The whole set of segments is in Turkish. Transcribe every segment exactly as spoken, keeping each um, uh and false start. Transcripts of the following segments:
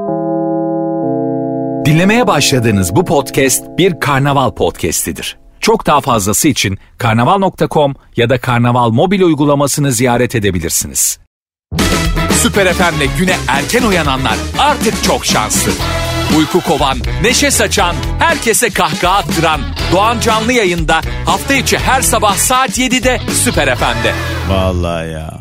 Dinlemeye başladığınız bu podcast bir karnaval podcastidir. Çok daha fazlası için karnaval nokta com ya da karnaval mobil uygulamasını ziyaret edebilirsiniz. Süper F M'le güne erken uyananlar artık çok şanslı. Uyku kovan, neşe saçan, herkese kahkaha attıran Doğan Canlı Yayın'da hafta içi her sabah saat yedide Süper F M'de. Vallahi ya.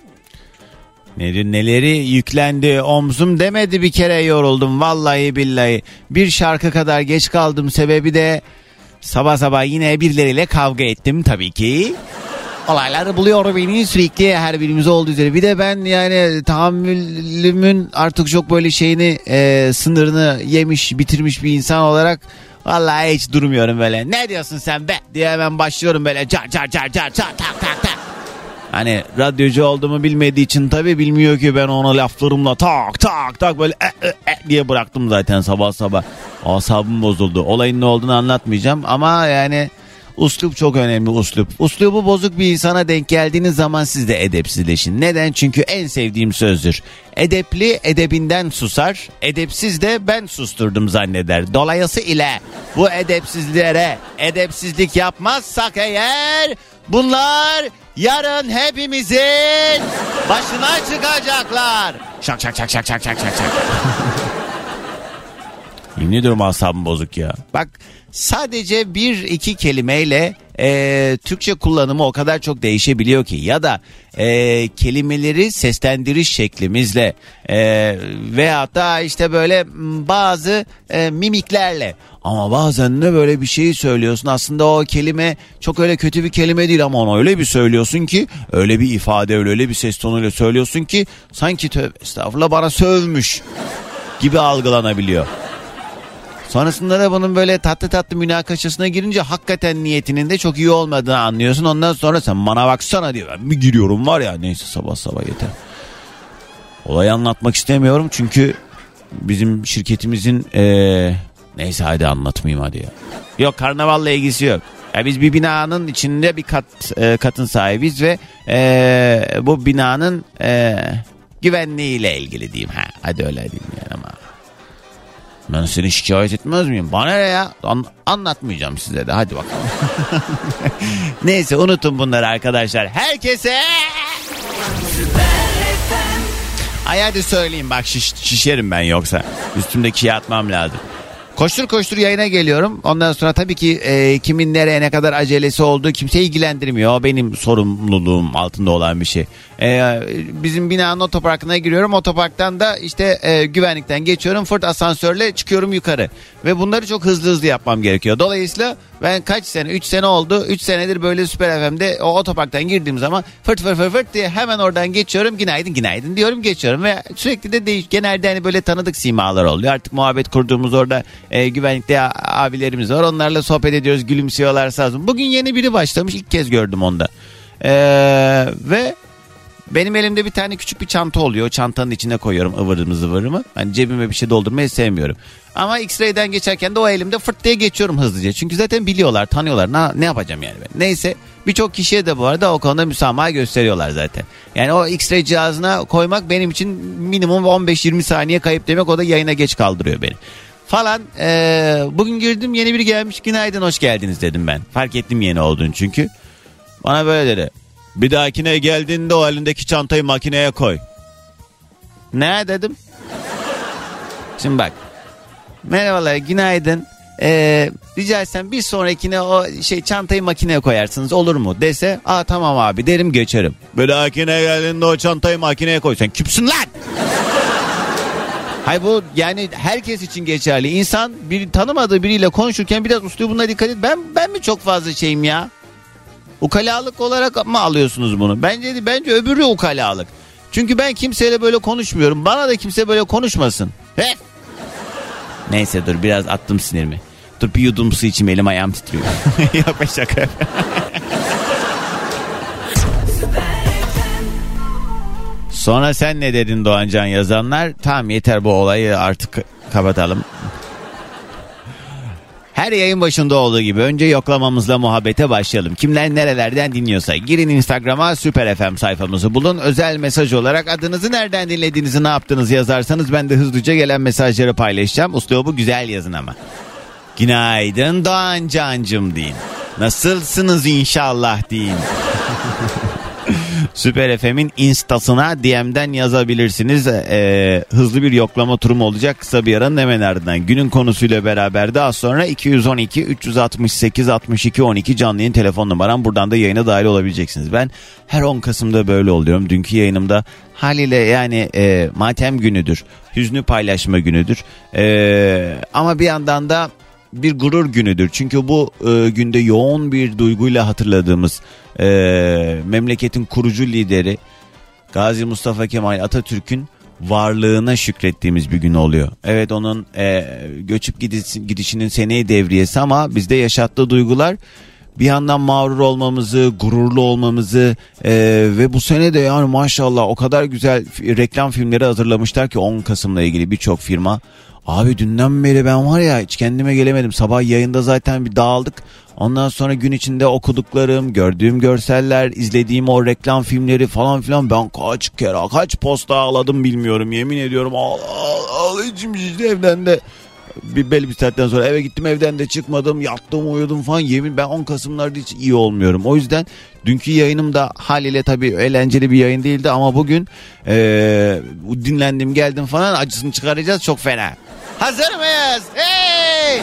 Neleri yüklendi omzum demedi bir kere yoruldum vallahi billahi. Bir şarkı kadar geç kaldım, sebebi de sabah sabah yine birileriyle kavga ettim tabii ki. Olaylar buluyor beni sürekli, her birimiz olduğu üzere. Bir de ben yani tahammülümün artık çok böyle şeyini e, sınırını yemiş bitirmiş bir insan olarak vallahi hiç durmuyorum böyle. Ne diyorsun sen be diye hemen başlıyorum böyle car car car car car tak tak tak. Hani radyocu olduğumu bilmediği için tabii bilmiyor ki ben onu laflarımla tak tak tak böyle e, e, e diye bıraktım zaten sabah sabah. Asabım bozuldu. Olayın ne olduğunu anlatmayacağım ama yani uslup çok önemli, uslup. Uslubu bozuk bir insana denk geldiğiniz zaman siz de edepsizleşin. Neden? Çünkü en sevdiğim sözdür. Edepli edebinden susar, edepsiz de ben susturdum zanneder. Dolayısıyla bu edepsizlere edepsizlik yapmazsak eğer bunlar yarın hepimizin başına çıkacaklar. Şak şak şak şak şak şak şak şak. Yemin ediyorum asabım bozuk ya. Bak sadece bir iki kelimeyle e, Türkçe kullanımı o kadar çok değişebiliyor ki, ya da e, kelimeleri seslendiriş şeklimizle e, veyahut da işte böyle bazı e, mimiklerle. Ama bazen de böyle bir şeyi söylüyorsun, aslında o kelime çok öyle kötü bir kelime değil ama onu öyle bir söylüyorsun ki, öyle bir ifade, öyle bir ses tonuyla söylüyorsun ki sanki tövbe estağfurullah bana sövmüş gibi algılanabiliyor. Sonrasında da bunun böyle tatlı tatlı münakaşasına girince hakikaten niyetinin de çok iyi olmadığını anlıyorsun. Ondan sonra sen bana baksana diyor. Ben bir giriyorum var ya, neyse sabah sabah yeter. Olayı anlatmak istemiyorum çünkü bizim şirketimizin ee, neyse hadi anlatmayayım hadi ya. Yok, karnavalla ilgisi yok. Ya biz bir binanın içinde bir kat e, katın sahibiz ve e, bu binanın e, güvenliğiyle ilgili diyeyim. Ha, hadi öyle diyeyim yani ama. Ben seni şikayet etmez miyim? Bana ne ya? An- anlatmayacağım size de. Hadi bakalım. Neyse unutun bunları arkadaşlar. Herkese... Ay hadi söyleyeyim bak, şiş- şişerim ben yoksa. Üstümdeki atmam lazım. Koştur koştur yayına geliyorum. Ondan sonra tabii ki e, kimin nereye ne kadar acelesi olduğu kimseyi ilgilendirmiyor. O benim sorumluluğum altında olan bir şey. E, bizim binanın otoparkına giriyorum. Otoparktan da işte e, güvenlikten geçiyorum. Fırt asansörle çıkıyorum yukarı. Ve bunları çok hızlı hızlı yapmam gerekiyor. Dolayısıyla ben kaç sene, üç sene oldu. üç senedir böyle Süper F M'de o otoparktan girdiğim zaman fırt fırt fırt fırt diye hemen oradan geçiyorum. Günaydın günaydın diyorum, geçiyorum. Ve sürekli de değiş, genelde hani böyle tanıdık simalar oluyor. Artık muhabbet kurduğumuz orada e, güvenlikte abilerimiz var. Onlarla sohbet ediyoruz, gülümsüyorlar sağ olsun. Bugün yeni biri başlamış, ilk kez gördüm onda. E, ve benim elimde bir tane küçük bir çanta oluyor. Çantanın içine koyuyorum ıvırımı zıvırımı. Hani cebime bir şey doldurmayı sevmiyorum. Ama X-ray'den geçerken de o elimde fırt diye geçiyorum hızlıca. Çünkü zaten biliyorlar, tanıyorlar. Ne, ne yapacağım yani ben? Neyse, birçok kişiye de bu arada o konuda müsamaha gösteriyorlar zaten. Yani o X-ray cihazına koymak benim için minimum on beş yirmi saniye kayıp demek. O da yayına geç kaldırıyor beni. Falan ee, bugün girdim, yeni biri gelmiş, günaydın hoş geldiniz dedim ben. Fark ettim yeni olduğunu çünkü. Bana böyle dedi. Bir dahakine geldiğinde o elindeki çantayı makineye koy. Ne dedim? Şimdi bak. Merhabalar, günaydın. Ee, rica etsem bir sonrakine o şey çantayı makineye koyarsınız olur mu dese, aa tamam abi derim, geçerim. Bir dahakine geldiğinde o çantayı makineye koy. Sen kimsin lan? Hayır, bu yani herkes için geçerli. İnsan bir tanımadığı biriyle konuşurken biraz üslubuna dikkat et. Ben ben mi çok fazla şeyim ya? Ukalalık olarak mı alıyorsunuz bunu? Bence bence öbürü ukalalık. Çünkü ben kimseyle böyle konuşmuyorum. Bana da kimse böyle konuşmasın. He? Neyse dur, biraz attım sinirimi. Dur bir yudum su içeyim, elim ayağım titriyor. Yok be, şaka. Sonra sen ne dedin Doğancan yazanlar? Tamam yeter, bu olayı artık kapatalım. Her yayın başında olduğu gibi önce yoklamamızla muhabbete başlayalım. Kimler nerelerden dinliyorsa girin Instagram'a Süper F M sayfamızı bulun. Özel mesaj olarak adınızı, nereden dinlediğinizi, ne yaptığınızı yazarsanız ben de hızlıca gelen mesajları paylaşacağım. Uslubu güzel yazın ama. Günaydın Doğan Cancım deyin. Nasılsınız inşallah deyin. Süper F M'in instasına D M'den yazabilirsiniz. Ee, hızlı bir yoklama turum olacak kısa bir aranın hemen ardından. Günün konusuyla beraber daha sonra iki yüz on iki üç altı sekiz altmış iki on iki canlı yayın telefon numaram. Buradan da yayına dahil olabileceksiniz. Ben her on Kasım'da böyle oluyorum. Dünkü yayınımda haliyle yani e, matem günüdür. Hüznü paylaşma günüdür. E, ama bir yandan da bir gurur günüdür. Çünkü bu e, günde yoğun bir duyguyla hatırladığımız e, memleketin kurucu lideri Gazi Mustafa Kemal Atatürk'ün varlığına şükrettiğimiz bir gün oluyor. Evet, onun e, göçüp gidişinin, gidişinin seneyi devriyesi ama bizde yaşattığı duygular bir yandan mağrur olmamızı, gururlu olmamızı e, ve bu sene de yani maşallah o kadar güzel reklam filmleri hazırlamışlar ki on Kasım'la ilgili birçok firma. Abi dünden beri ben var ya hiç kendime gelemedim. Sabah yayında zaten bir dağıldık. Ondan sonra gün içinde okuduklarım, gördüğüm görseller, izlediğim o reklam filmleri falan filan ben kaç kere, kaç posta ağladım bilmiyorum. Yemin ediyorum ağlayacağım işte evden de. Bir belli bir saatten sonra eve gittim, evden de çıkmadım, yattım, uyudum falan. Yemin ben on Kasım'larda hiç iyi olmuyorum. O yüzden dünkü yayınım da haliyle tabii eğlenceli bir yayın değildi ama bugün ee, dinlendim geldim falan, acısını çıkaracağız çok fena. Hazır mıyız? Hey!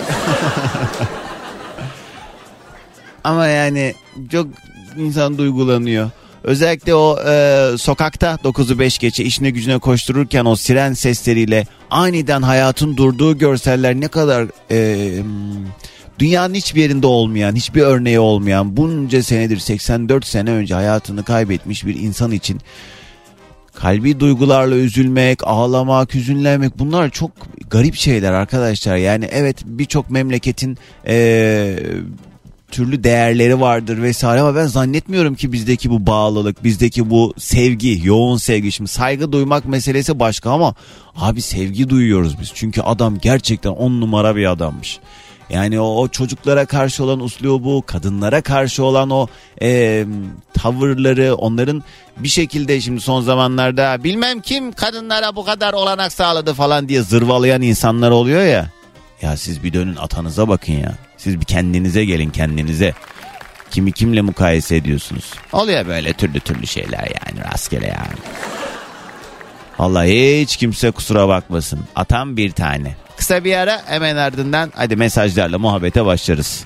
Ama yani çok insan duygulanıyor. Özellikle o e, sokakta dokuzu beş geçe işine gücüne koştururken o siren sesleriyle aniden hayatın durduğu görseller ne kadar e, dünyanın hiçbir yerinde olmayan, hiçbir örneği olmayan, bunca senedir seksen dört sene önce hayatını kaybetmiş bir insan için kalbi duygularla üzülmek, ağlamak, hüzünlenmek, bunlar çok garip şeyler arkadaşlar. Yani evet, birçok memleketin e, türlü değerleri vardır vesaire ama ben zannetmiyorum ki bizdeki bu bağlılık, bizdeki bu sevgi, yoğun sevgi, şimdi saygı duymak meselesi başka ama abi sevgi duyuyoruz biz. Çünkü adam gerçekten on numara bir adammış. Yani o, o çocuklara karşı olan uslubu, kadınlara karşı olan o e, tavırları, onların bir şekilde şimdi son zamanlarda bilmem kim kadınlara bu kadar olanak sağladı falan diye zırvalayan insanlar oluyor ya. Ya siz bir dönün atanıza bakın ya. Siz bir kendinize gelin, kendinize. Kimi kimle mukayese ediyorsunuz? Oluyor böyle türlü türlü şeyler yani, rastgele yani. Vallahi hiç kimse kusura bakmasın. Atam bir tane. Kısa bir ara, hemen ardından hadi mesajlarla muhabbete başlarız.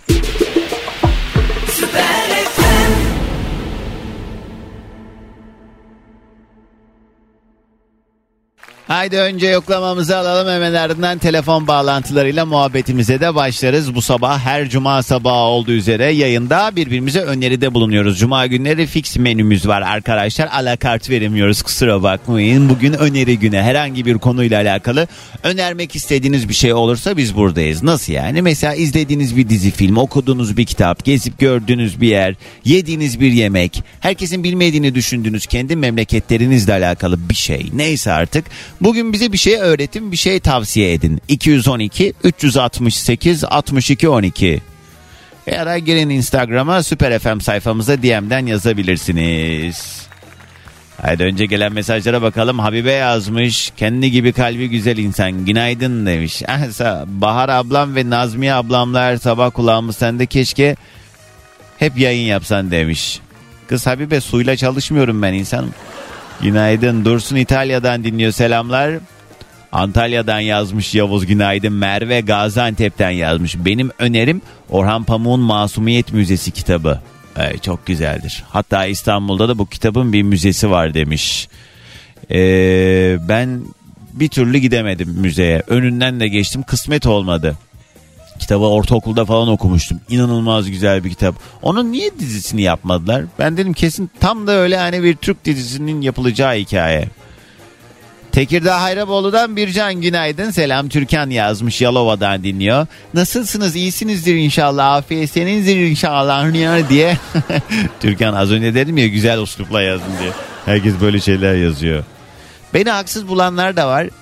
Haydi önce yoklamamızı alalım, hemen ardından telefon bağlantılarıyla muhabbetimize de başlarız. Bu sabah her cuma sabahı olduğu üzere yayında birbirimize öneride bulunuyoruz. Cuma günleri fix menümüz var arkadaşlar. Alakart veremiyoruz, kusura bakmayın. Bugün öneri günü, herhangi bir konuyla alakalı önermek istediğiniz bir şey olursa biz buradayız. Nasıl yani? Mesela izlediğiniz bir dizi, film, okuduğunuz bir kitap, gezip gördüğünüz bir yer, yediğiniz bir yemek, herkesin bilmediğini düşündüğünüz kendi memleketlerinizle alakalı bir şey, neyse artık. Bugün bize bir şey öğretin, bir şey tavsiye edin. iki yüz on iki üç altı sekiz altmış iki on iki. Eğer girin Instagram'a, Süper F M sayfamıza D M'den yazabilirsiniz. Haydi önce gelen mesajlara bakalım. Habibe yazmış. Kendi gibi kalbi güzel insan. Günaydın demiş. Bahar ablam ve Nazmiye ablamla her sabah kulağımız sende, keşke hep yayın yapsan demiş. Kız Habibe, suyla çalışmıyorum ben insanım. Günaydın. Dursun İtalya'dan dinliyor, selamlar. Antalya'dan yazmış Yavuz, günaydın. Merve Gaziantep'ten yazmış. Benim önerim Orhan Pamuk'un Masumiyet Müzesi kitabı. Ee, çok güzeldir. Hatta İstanbul'da da bu kitabın bir müzesi var demiş. Ee, ben bir türlü gidemedim müzeye. Önünden de geçtim, kısmet olmadı. Kitabı ortaokulda falan okumuştum. İnanılmaz güzel bir kitap. Onun niye dizisini yapmadılar? Ben dedim kesin tam da öyle hani bir Türk dizisinin yapılacağı hikaye. Tekirdağ Hayraboğlu'dan Bircan, günaydın. Selam, Türkan yazmış, Yalova'dan dinliyor. Nasılsınız? İyisinizdir inşallah. Afiyetinizdir inşallah diye. Türkan, az önce dedim ya güzel uslupla yazın diye. Herkes böyle şeyler yazıyor. Beni haksız bulanlar da var.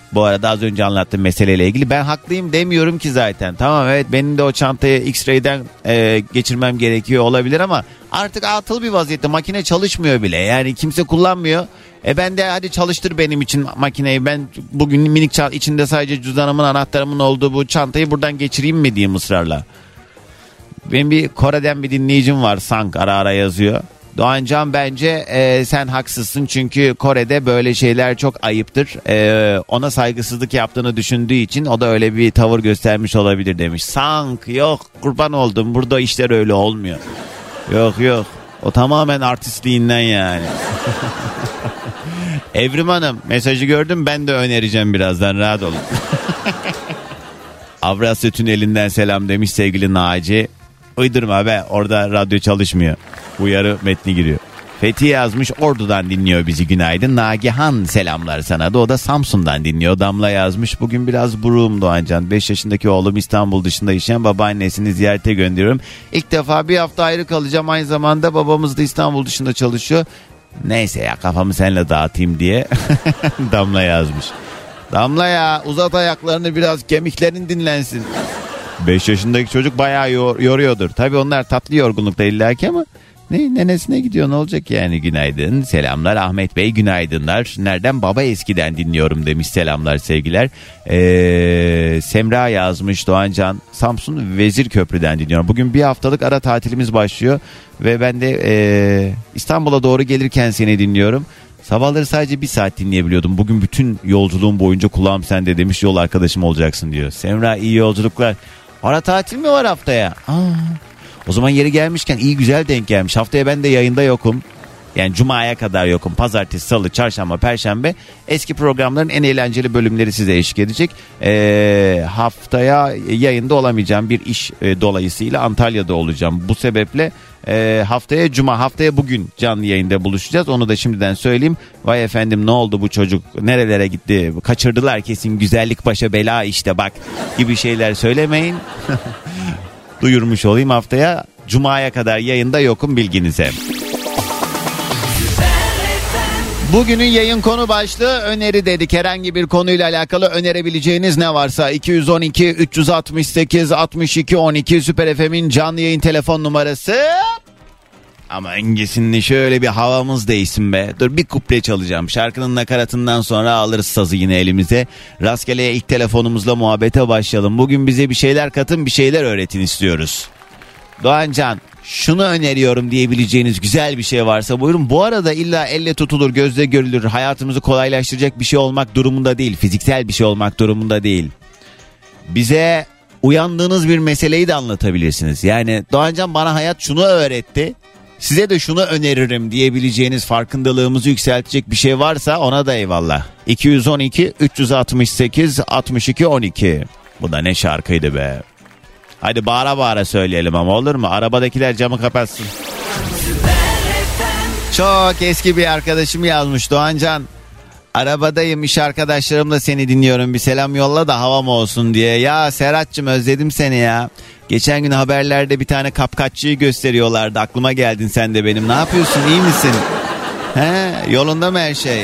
Bu arada az önce anlattığım meseleyle ilgili ben haklıyım demiyorum ki zaten. Tamam, evet, benim de o çantayı X-ray'den e, geçirmem gerekiyor olabilir ama artık atıl bir vaziyette, makine çalışmıyor bile. Yani kimse kullanmıyor. E ben de hadi çalıştır benim için makineyi, ben bugün minik çanta içinde sadece cüzdanımın, anahtarımın olduğu bu çantayı buradan geçireyim mi diyeyim ısrarla. Benim bir Kore'den bir dinleyicim var, Sank, ara ara yazıyor. Doğancan, bence e, sen haksızsın çünkü Kore'de böyle şeyler çok ayıptır. E, ona saygısızlık yaptığını düşündüğü için o da öyle bir tavır göstermiş olabilir demiş. Sank, yok kurban oldum, burada işler öyle olmuyor. Yok yok, o tamamen artistliğinden yani. Evrim Hanım, mesajı gördüm, ben de önereceğim birazdan, rahat olun. Avrasya Tüneli'nden selam demiş sevgili Naci. Uydurma be, orada radyo çalışmıyor. Uyarı metni giriyor. Fethi yazmış, Ordu'dan dinliyor bizi, günaydın. Nagihan selamlar sana da, o da Samsun'dan dinliyor. Damla yazmış, bugün biraz buruğum Doğancan. beş yaşındaki oğlum İstanbul dışında yaşayan babaannesini ziyarete gönderiyorum. İlk defa bir hafta ayrı kalacağım, aynı zamanda babamız da İstanbul dışında çalışıyor. Neyse ya, kafamı seninle dağıtayım diye Damla yazmış. Damla ya, uzat ayaklarını biraz, kemiklerin dinlensin. beş yaşındaki çocuk bayağı yor, yoruyordur. Tabii onlar tatlı yorgunlukta illaki ama ne, nenesine gidiyor, ne olacak yani. Günaydın, selamlar Ahmet Bey, günaydınlar. Nereden? Baba eskiden dinliyorum demiş, selamlar sevgiler. Ee, Semra yazmış, Doğancan Samsun Vezirköprü'den dinliyorum. Bugün bir haftalık ara tatilimiz başlıyor ve ben de ee, İstanbul'a doğru gelirken seni dinliyorum. Sabahları sadece bir saat dinleyebiliyordum. Bugün bütün yolculuğum boyunca kulağım sende demiş, yol arkadaşım olacaksın diyor. Semra, iyi yolculuklar. Ara tatil mi var haftaya? Aa, o zaman yeri gelmişken iyi güzel denk gelmiş. Haftaya ben de yayında yokum. Yani Cuma'ya kadar yokum. Pazartesi, Salı, Çarşamba, Perşembe eski programların en eğlenceli bölümleri size eşlik edecek. Ee, haftaya yayında olamayacağım, bir iş e, dolayısıyla Antalya'da olacağım. Bu sebeple e, haftaya Cuma, haftaya bugün canlı yayında buluşacağız. Onu da şimdiden söyleyeyim. Vay efendim, ne oldu bu çocuk, nerelere gitti, kaçırdılar kesin, güzellik başa bela işte bak gibi şeyler söylemeyin. Duyurmuş olayım, haftaya Cuma'ya kadar yayında yokum, bilginize. Bugünün yayın konu başlığı öneri dedik. Herhangi bir konuyla alakalı önerebileceğiniz ne varsa iki on iki üç altı sekiz altmış iki on iki Süper F M'in canlı yayın telefon numarası. Ama öncesinde şöyle bir havamız değişsin be. Dur, bir kuple çalacağım. Şarkının nakaratından sonra alırız sazı yine elimize. Rastgele ilk telefonumuzla muhabbete başlayalım. Bugün bize bir şeyler katın, bir şeyler öğretin istiyoruz. Doğancan, şunu öneriyorum diyebileceğiniz güzel bir şey varsa buyurun. Bu arada illa elle tutulur, gözle görülür, hayatımızı kolaylaştıracak bir şey olmak durumunda değil. Fiziksel bir şey olmak durumunda değil. Bize uyandığınız bir meseleyi de anlatabilirsiniz. Yani Doğancan, bana hayat şunu öğretti, size de şunu öneririm diyebileceğiniz, farkındalığımızı yükseltecek bir şey varsa ona da eyvallah. iki on iki üç altı sekiz altmış iki on iki. Bu da ne şarkıydı be. Hadi bağıra bağıra söyleyelim ama, olur mu? Arabadakiler camı kapatsın. Çok eski bir arkadaşım yazmış, Doğancan, arabadayım, iş arkadaşlarımla seni dinliyorum, bir selam yolla da havam olsun diye. Ya Serhat'cığım, özledim seni ya. Geçen gün haberlerde bir tane kapkaççıyı gösteriyorlardı, aklıma geldin sen de benim. Ne yapıyorsun, iyi misin? He, yolunda mı her şey?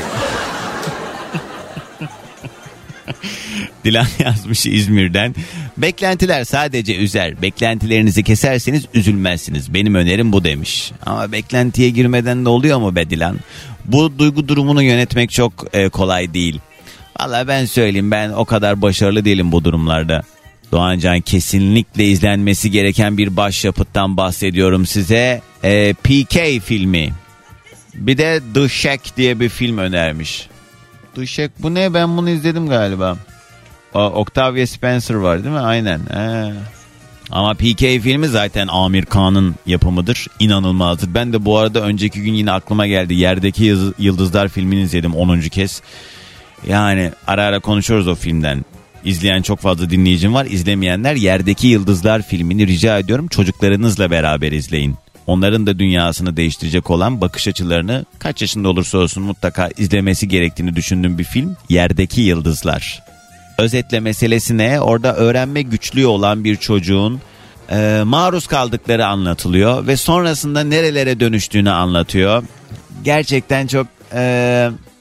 Dilan yazmış İzmir'den. Beklentiler sadece üzer. Beklentilerinizi keserseniz üzülmezsiniz. Benim önerim bu demiş. Ama beklentiye girmeden de oluyor mu be Dilan? Bu duygu durumunu yönetmek çok e, kolay değil. Vallahi ben söyleyeyim, ben o kadar başarılı değilim bu durumlarda. Doğancan, kesinlikle izlenmesi gereken bir başyapıttan bahsediyorum size. E, P K filmi. Bir de The Shack diye bir film önermiş. The Shack, bu ne? Ben bunu izledim galiba. Octavia Spencer var değil mi? Aynen. Ee. Ama P K filmi zaten Amir Khan'ın yapımıdır. İnanılmazdır. Ben de bu arada önceki gün yine aklıma geldi. Yerdeki Yıldızlar filmini izledim onuncu kez. Yani ara ara konuşuyoruz o filmden. İzleyen çok fazla dinleyicim var. İzlemeyenler Yerdeki Yıldızlar filmini rica ediyorum, çocuklarınızla beraber izleyin. Onların da dünyasını değiştirecek olan bakış açılarını, kaç yaşında olursa olsun mutlaka izlemesi gerektiğini düşündüğüm bir film Yerdeki Yıldızlar. Özetle meselesi ne? Orada öğrenme güçlüğü olan bir çocuğun e, maruz kaldıkları anlatılıyor ve sonrasında nerelere dönüştüğünü anlatıyor. Gerçekten çok e,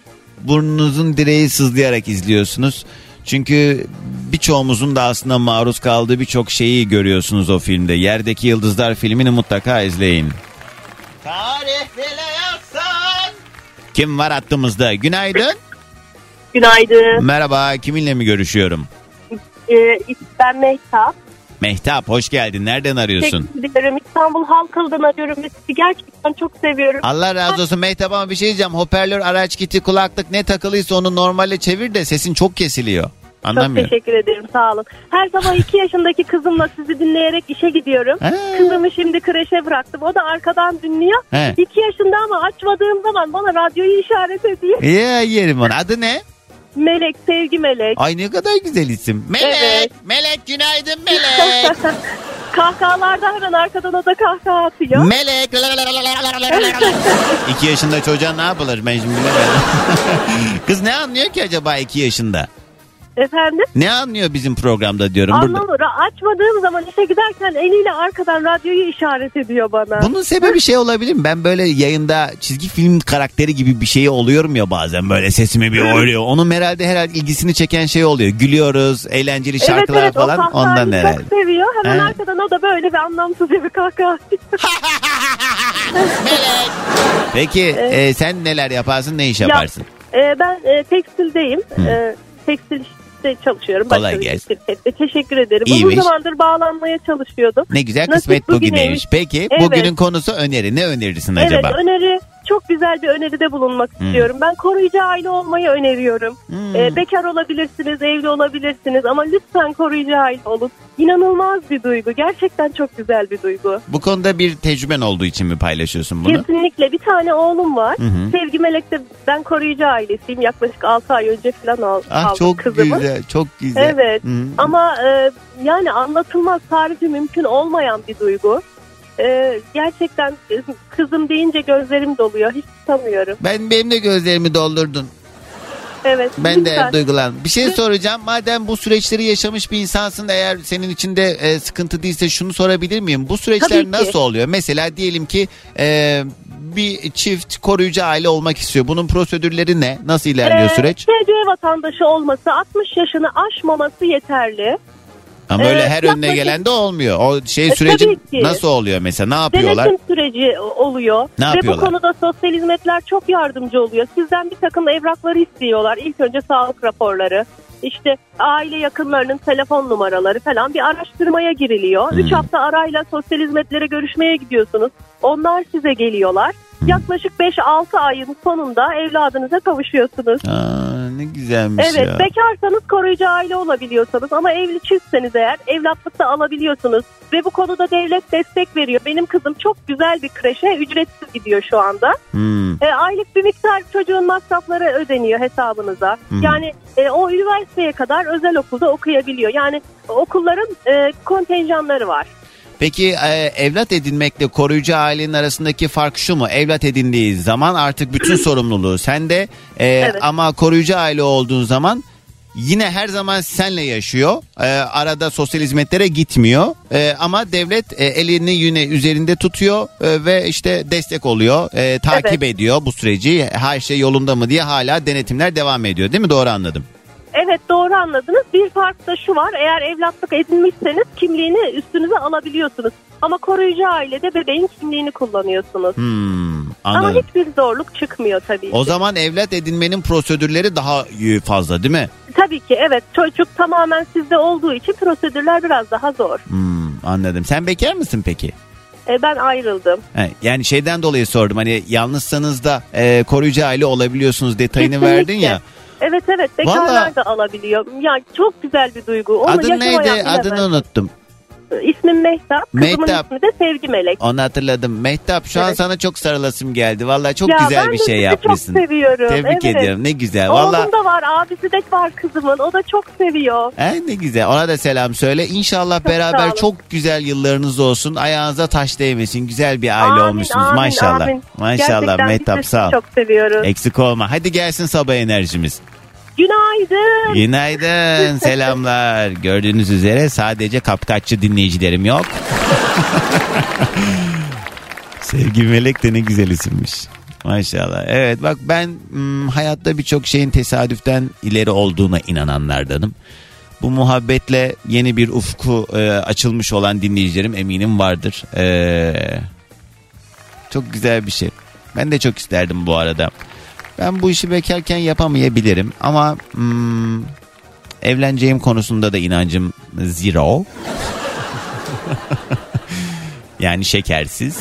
burnunuzun direği sızlayarak izliyorsunuz. Çünkü birçoğumuzun da aslında maruz kaldığı birçok şeyi görüyorsunuz o filmde. Yerdeki Yıldızlar filmini mutlaka izleyin. Tarih bile yazsan. Kim var hattımızda? Günaydın. Günaydın. Merhaba, kiminle mi görüşüyorum? Ee, ben Mehtap. Mehtap, hoş geldin. Nereden arıyorsun? Teşekkür ederim. İstanbul Halkalı'dan arıyorum. Sizi gerçekten çok seviyorum. Allah razı olsun Mehtap, ama bir şey diyeceğim. Hoparlör, araç kiti, kulaklık ne takılıysa onu normale çevir de sesin çok kesiliyor. Anlamıyorum. Çok teşekkür ederim, sağ olun. Her sabah iki yaşındaki kızımla sizi dinleyerek işe gidiyorum. He. Kızımı şimdi kreşe bıraktım. O da arkadan dinliyor. He. iki yaşında ama açmadığım zaman bana radyoyu işaret ediyor. Ya yerim onu. Adı ne? Melek, Sevgi Melek. Ay ne kadar güzel isim. Melek, Evet. Melek günaydın Melek. Kahkahalarda hemen arkadan o da kahkaha atıyor. Melek. iki yaşında çocuğa ne yapılır ben şimdi bilemedim. Kız ne anlıyor ki acaba iki yaşında? Efendim? Ne anlıyor bizim programda diyorum. Burada. Anlamıyor. Açmadığım zaman işe giderken eliyle arkadan radyoyu işaret ediyor bana. Bunun sebebi şey olabilir mi? Ben böyle yayında çizgi film karakteri gibi bir şey oluyorum ya bazen, böyle sesimi bir oynuyor. Onun herhalde herhalde ilgisini çeken şey oluyor. Gülüyoruz, eğlenceli şarkılar evet, evet, falan ondan herhalde. çok seviyor. Hemen He. arkadan o da böyle bir anlamsız bir kahkaha atıyor. Melek. Peki e, sen neler yaparsın, ne iş Ya, yaparsın? e, ben e, tekstildeyim. E, tekstil işte çalışıyorum. Kolay Başka bir gelsin. şirkette. Teşekkür ederim. İyiymiş. Uzun zamandır bağlanmaya çalışıyordum. Ne güzel, Nasip kısmet bugüneymiş. bugüneymiş. Peki Evet. bugünün konusu öneri. Ne önerirsin Evet, acaba? öneri, çok güzel bir öneride bulunmak Hmm. istiyorum. Ben koruyucu aile olmayı öneriyorum. Hmm. E, bekar olabilirsiniz, evli olabilirsiniz ama lütfen koruyucu aile olun. İnanılmaz bir duygu. Gerçekten çok güzel bir duygu. Bu konuda bir tecrüben olduğu için mi paylaşıyorsun bunu? Kesinlikle. Bir tane oğlum var. Hı hı. Sevgi Melek'te ben koruyucu ailesiyim. Yaklaşık altı ay önce falan al, Ah aldım çok kızımı. güzel, çok güzel. Evet. Hı hı. Ama e, yani anlatılmaz, tarifi mümkün olmayan bir duygu. E, gerçekten e, kızım deyince gözlerim doluyor. Hiç tutamıyorum. Ben benim de gözlerimi doldurdun. Evet. Ben lütfen. de duygulandım. Bir şey soracağım. Madem bu süreçleri yaşamış bir insansın, eğer senin için de e, sıkıntı değilse şunu sorabilir miyim? Bu süreçler Tabii ki. nasıl oluyor? Mesela diyelim ki e, bir çift koruyucu aile olmak istiyor. Bunun prosedürleri ne? Nasıl ilerliyor Ee, süreç? T C vatandaşı olması, altmış yaşını aşmaması yeterli. Ama öyle Ee, her yaklaşık- önüne gelen de olmuyor. O şey E, süreci tabii ki. nasıl oluyor mesela? Ne yapıyorlar? Denetim süreci oluyor. Ne Ve bu yapıyorlar? konuda sosyal hizmetler çok yardımcı oluyor. Sizden bir takım evrakları istiyorlar. İlk önce sağlık raporları, işte aile yakınlarının telefon numaraları falan, bir araştırmaya giriliyor. Hmm. Üç hafta arayla sosyal hizmetlere görüşmeye gidiyorsunuz. Onlar size geliyorlar. Hmm. Yaklaşık beş altı ayın sonunda evladınıza kavuşuyorsunuz. Aa, ne güzelmiş Evet, ya. bekarsanız koruyucu aile olabiliyorsanız ama evli çiftseniz eğer evlatlık da alabiliyorsunuz. Ve bu konuda devlet destek veriyor. Benim kızım çok güzel bir kreşe ücretsiz gidiyor şu anda. Hmm. E, aylık bir miktar çocuğun masrafları ödeniyor hesabınıza. Hmm. Yani e, o üniversiteye kadar özel okulda okuyabiliyor. Yani okulların e, kontenjanları var. Peki e, evlat edinmekle koruyucu ailenin arasındaki fark şu mu? Evlat edindiği zaman artık bütün sorumluluğu sende. E, Evet. Ama koruyucu aile olduğun zaman yine her zaman senle yaşıyor. E, arada sosyal hizmetlere gitmiyor. E, ama devlet e, elini yine üzerinde tutuyor e, ve işte destek oluyor. E, takip Evet. ediyor bu süreci. Her şey yolunda mı diye hala denetimler devam ediyor. Değil mi? Doğru anladım. Evet, doğru anladınız. Bir fark da şu var. Eğer evlatlık edinmişseniz kimliğini üstünüze alabiliyorsunuz. Ama koruyucu ailede bebeğin kimliğini kullanıyorsunuz. Hmm, Ama anladım. hiçbir zorluk çıkmıyor tabii ki. O zaman evlat edinmenin prosedürleri daha fazla değil mi? Tabii ki evet. Çocuk tamamen sizde olduğu için prosedürler biraz daha zor. Hmm, anladım. Sen bekar mısın peki? E, ben ayrıldım. He, yani şeyden dolayı sordum, hani yalnızsanız da e, koruyucu aile olabiliyorsunuz detayını Kesinlikle. verdin ya. Evet evet, bekarlar Vallahi- da alabiliyor. Yani çok güzel bir duygu. Onu Adın yaşamayan neydi? bilemez. Adını unuttum. İsmim Mehtap. Kızımın Mehtap. ismi de Sevgi Melek. Onu hatırladım. Mehtap, şu an Evet. sana çok sarılasım geldi. Vallahi çok Ya güzel ben bir de şey sizi yapmışsın. çok seviyorum. Tebrik Evet. ediyorum. Ne güzel. Vallahi Oğlum da var, abisi de var kızımın. O da çok seviyor. he, ne güzel. Ona da selam söyle. İnşallah Çok sağ beraber olun. çok güzel yıllarınız olsun. Ayağınıza taş değmesin. Güzel bir aile Amin, olmuşsunuz amin, maşallah. amin. Maşallah Gerçekten Mehtap, biz de sağ ol. sizi çok seviyoruz. Eksik olma. Hadi gelsin sabah enerjimiz. Günaydın. Günaydın, selamlar. Gördüğünüz üzere sadece kapkaççı dinleyicilerim yok. Sevgi Melek de ne güzel isimmiş. Maşallah. Evet bak ben hmm, hayatta birçok şeyin tesadüften ileri olduğuna inananlardanım. Bu muhabbetle yeni bir ufku e, açılmış olan dinleyicilerim eminim vardır. E, çok güzel bir şey. Ben de çok isterdim bu arada. Ben bu işi bekarken yapamayabilirim ama hmm, evleneceğim konusunda da inancım zero. Yani şekersiz.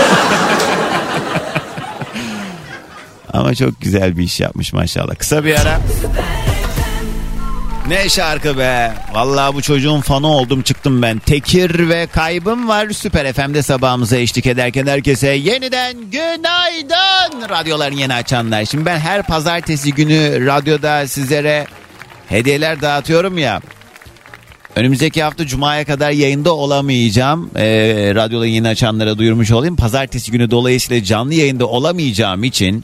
Ama çok güzel bir iş yapmış maşallah. Kısa bir ara. Ne şarkı be. Vallahi bu çocuğun fanı oldum çıktım ben. Tekir ve Kaybım var. Süper F M'de sabahımıza eşlik ederken herkese yeniden günaydın. Radyoların yeni açanlar. Şimdi ben her pazartesi günü radyoda sizlere hediyeler dağıtıyorum ya. Önümüzdeki hafta Cuma'ya kadar yayında olamayacağım. Ee, radyoda yeni açanlara duyurmuş olayım. Pazartesi günü dolayısıyla canlı yayında olamayacağım için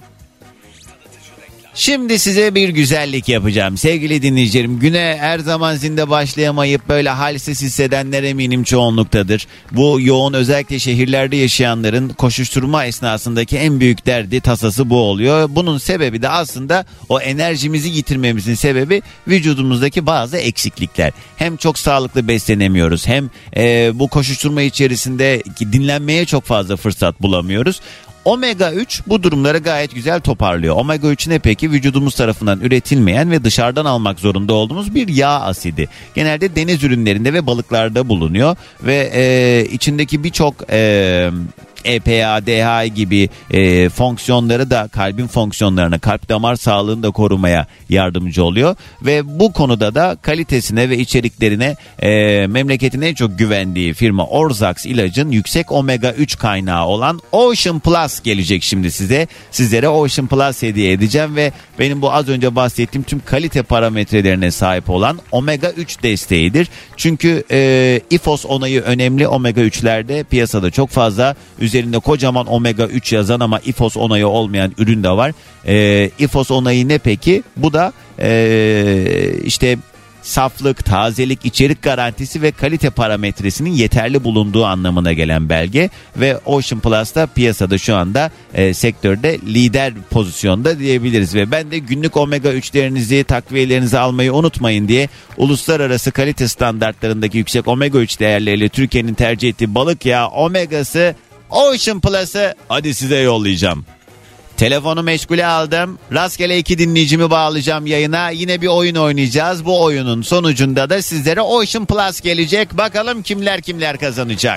şimdi size bir güzellik yapacağım sevgili dinleyicilerim. Güne her zaman zinde başlayamayıp böyle halsiz hissedenler eminim çoğunluktadır. Bu yoğun özellikle şehirlerde yaşayanların koşuşturma esnasındaki en büyük derdi tasası bu oluyor. Bunun sebebi de aslında o enerjimizi yitirmemizin sebebi vücudumuzdaki bazı eksiklikler. Hem çok sağlıklı beslenemiyoruz hem e, bu koşuşturma içerisinde dinlenmeye çok fazla fırsat bulamıyoruz. Omega üç bu durumları gayet güzel toparlıyor. Omega üç ne peki? Vücudumuz tarafından üretilmeyen ve dışarıdan almak zorunda olduğumuz bir yağ asidi. Genelde deniz ürünlerinde ve balıklarda bulunuyor ve e, içindeki birçok e, E P A, D H A gibi e, fonksiyonları da kalbin fonksiyonlarını, kalp damar sağlığını da korumaya yardımcı oluyor. Ve bu konuda da kalitesine ve içeriklerine e, memleketin en çok güvendiği firma Orzax ilacın yüksek omega üç kaynağı olan Ocean Plus gelecek şimdi size. Sizlere Ocean Plus hediye edeceğim ve benim bu az önce bahsettiğim tüm kalite parametrelerine sahip olan omega üç desteğidir. Çünkü e, İ F O S onayı önemli omega üçlerde piyasada çok fazla. Üzerinde kocaman omega üç yazan ama İ F O S onayı olmayan ürün de var. Ee, İ F O S onayı ne peki? Bu da ee, işte saflık, tazelik, içerik garantisi ve kalite parametresinin yeterli bulunduğu anlamına gelen belge. Ve Ocean Plus da piyasada şu anda e, sektörde lider pozisyonda diyebiliriz. Ve ben de günlük omega üçlerinizi, takviyelerinizi almayı unutmayın diye uluslararası kalite standartlarındaki yüksek omega üç değerleriyle Türkiye'nin tercih ettiği balık yağı omegası Ocean Plus'ı hadi size yollayacağım. Telefonu meşgule aldım. Rastgele iki dinleyicimi bağlayacağım yayına. Yine bir oyun oynayacağız. Bu oyunun sonucunda da sizlere Ocean Plus gelecek. Bakalım kimler kimler kazanacak.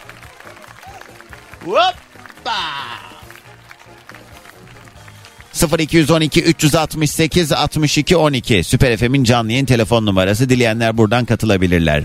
Hoppa! sıfır iki on iki üç altı sekiz altmış iki on iki Süper F M'in canlı yayın telefon numarası. Dileyenler buradan katılabilirler.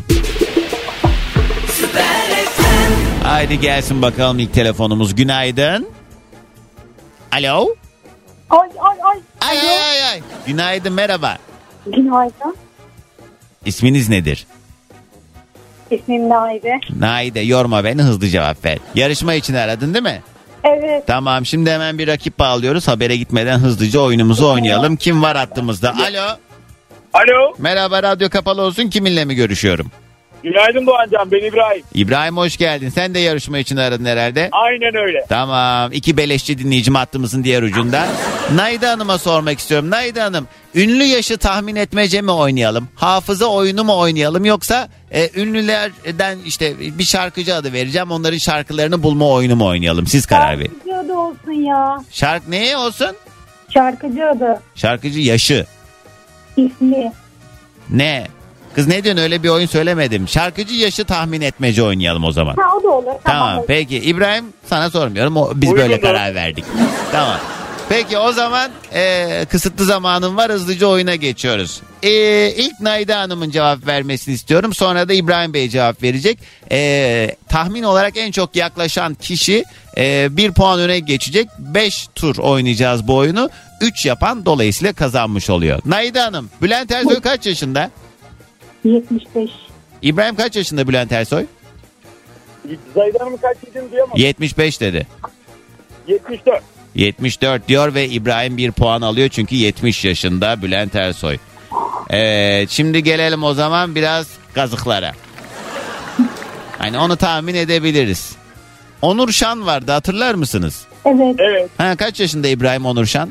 Haydi gelsin bakalım ilk telefonumuz. Günaydın. Alo. Ay ay ay. Ay ay ay ay. Günaydın, merhaba. Günaydın. İsminiz nedir? İsmim Naide. Naide, yorma beni, hızlı cevap ver. Yarışma için aradın değil mi? Evet. Tamam, şimdi hemen bir rakip bağlıyoruz. Habere gitmeden hızlıca oyunumuzu oynayalım. Kim var hattımızda? Alo. Alo. Merhaba, radyo kapalı olsun. Kiminle mi görüşüyorum? Günaydın Doğancan, ben İbrahim. İbrahim hoş geldin. Sen de yarışma için aradın herhalde. Aynen öyle. Tamam. İki beleşçi dinleyicim hattımızın diğer ucunda. Naide Hanım'a sormak istiyorum. Naide Hanım, ünlü yaşı tahmin etmece mi oynayalım? Hafıza oyunu mu oynayalım? Yoksa e, ünlülerden işte bir şarkıcı adı vereceğim. Onların şarkılarını bulma oyunu mu oynayalım? Siz karar verin. Şarkıcı adı olsun ya. Şarkı neye olsun? Şarkıcı adı. Şarkıcı yaşı. İsmi. Ne? Kız ne diyorsun, öyle bir oyun söylemedim. Şarkıcı yaşı tahmin etmece oynayalım o zaman. Ha o da olur. Tamam, Tamam. peki İbrahim sana sormuyorum. O, biz Buyurun böyle da. karar verdik. Tamam. Peki o zaman e, kısıtlı zamanım var, hızlıca oyuna geçiyoruz. E, ilk Naide Hanım'ın cevap vermesini istiyorum. Sonra da İbrahim Bey cevap verecek. E, tahmin olarak en çok yaklaşan kişi e, bir puan öne geçecek. Beş tur oynayacağız bu oyunu. Üç yapan dolayısıyla kazanmış oluyor. Naide Hanım, Bülent Ersoy kaç yaşında? yetmiş beş. İbrahim kaç yaşında Bülent Ersoy? Zahide Hanım'ın kaç yaşını duyamadım. yetmiş beş dedi. yetmiş dört. yetmiş dört diyor ve İbrahim bir puan alıyor çünkü yetmiş yaşında Bülent Ersoy. Evet, şimdi gelelim o zaman biraz kazıklara. Hani onu tahmin edebiliriz. Onur Şan vardı, hatırlar mısınız? Evet. Evet. Ha, kaç yaşında İbrahim Onurşan?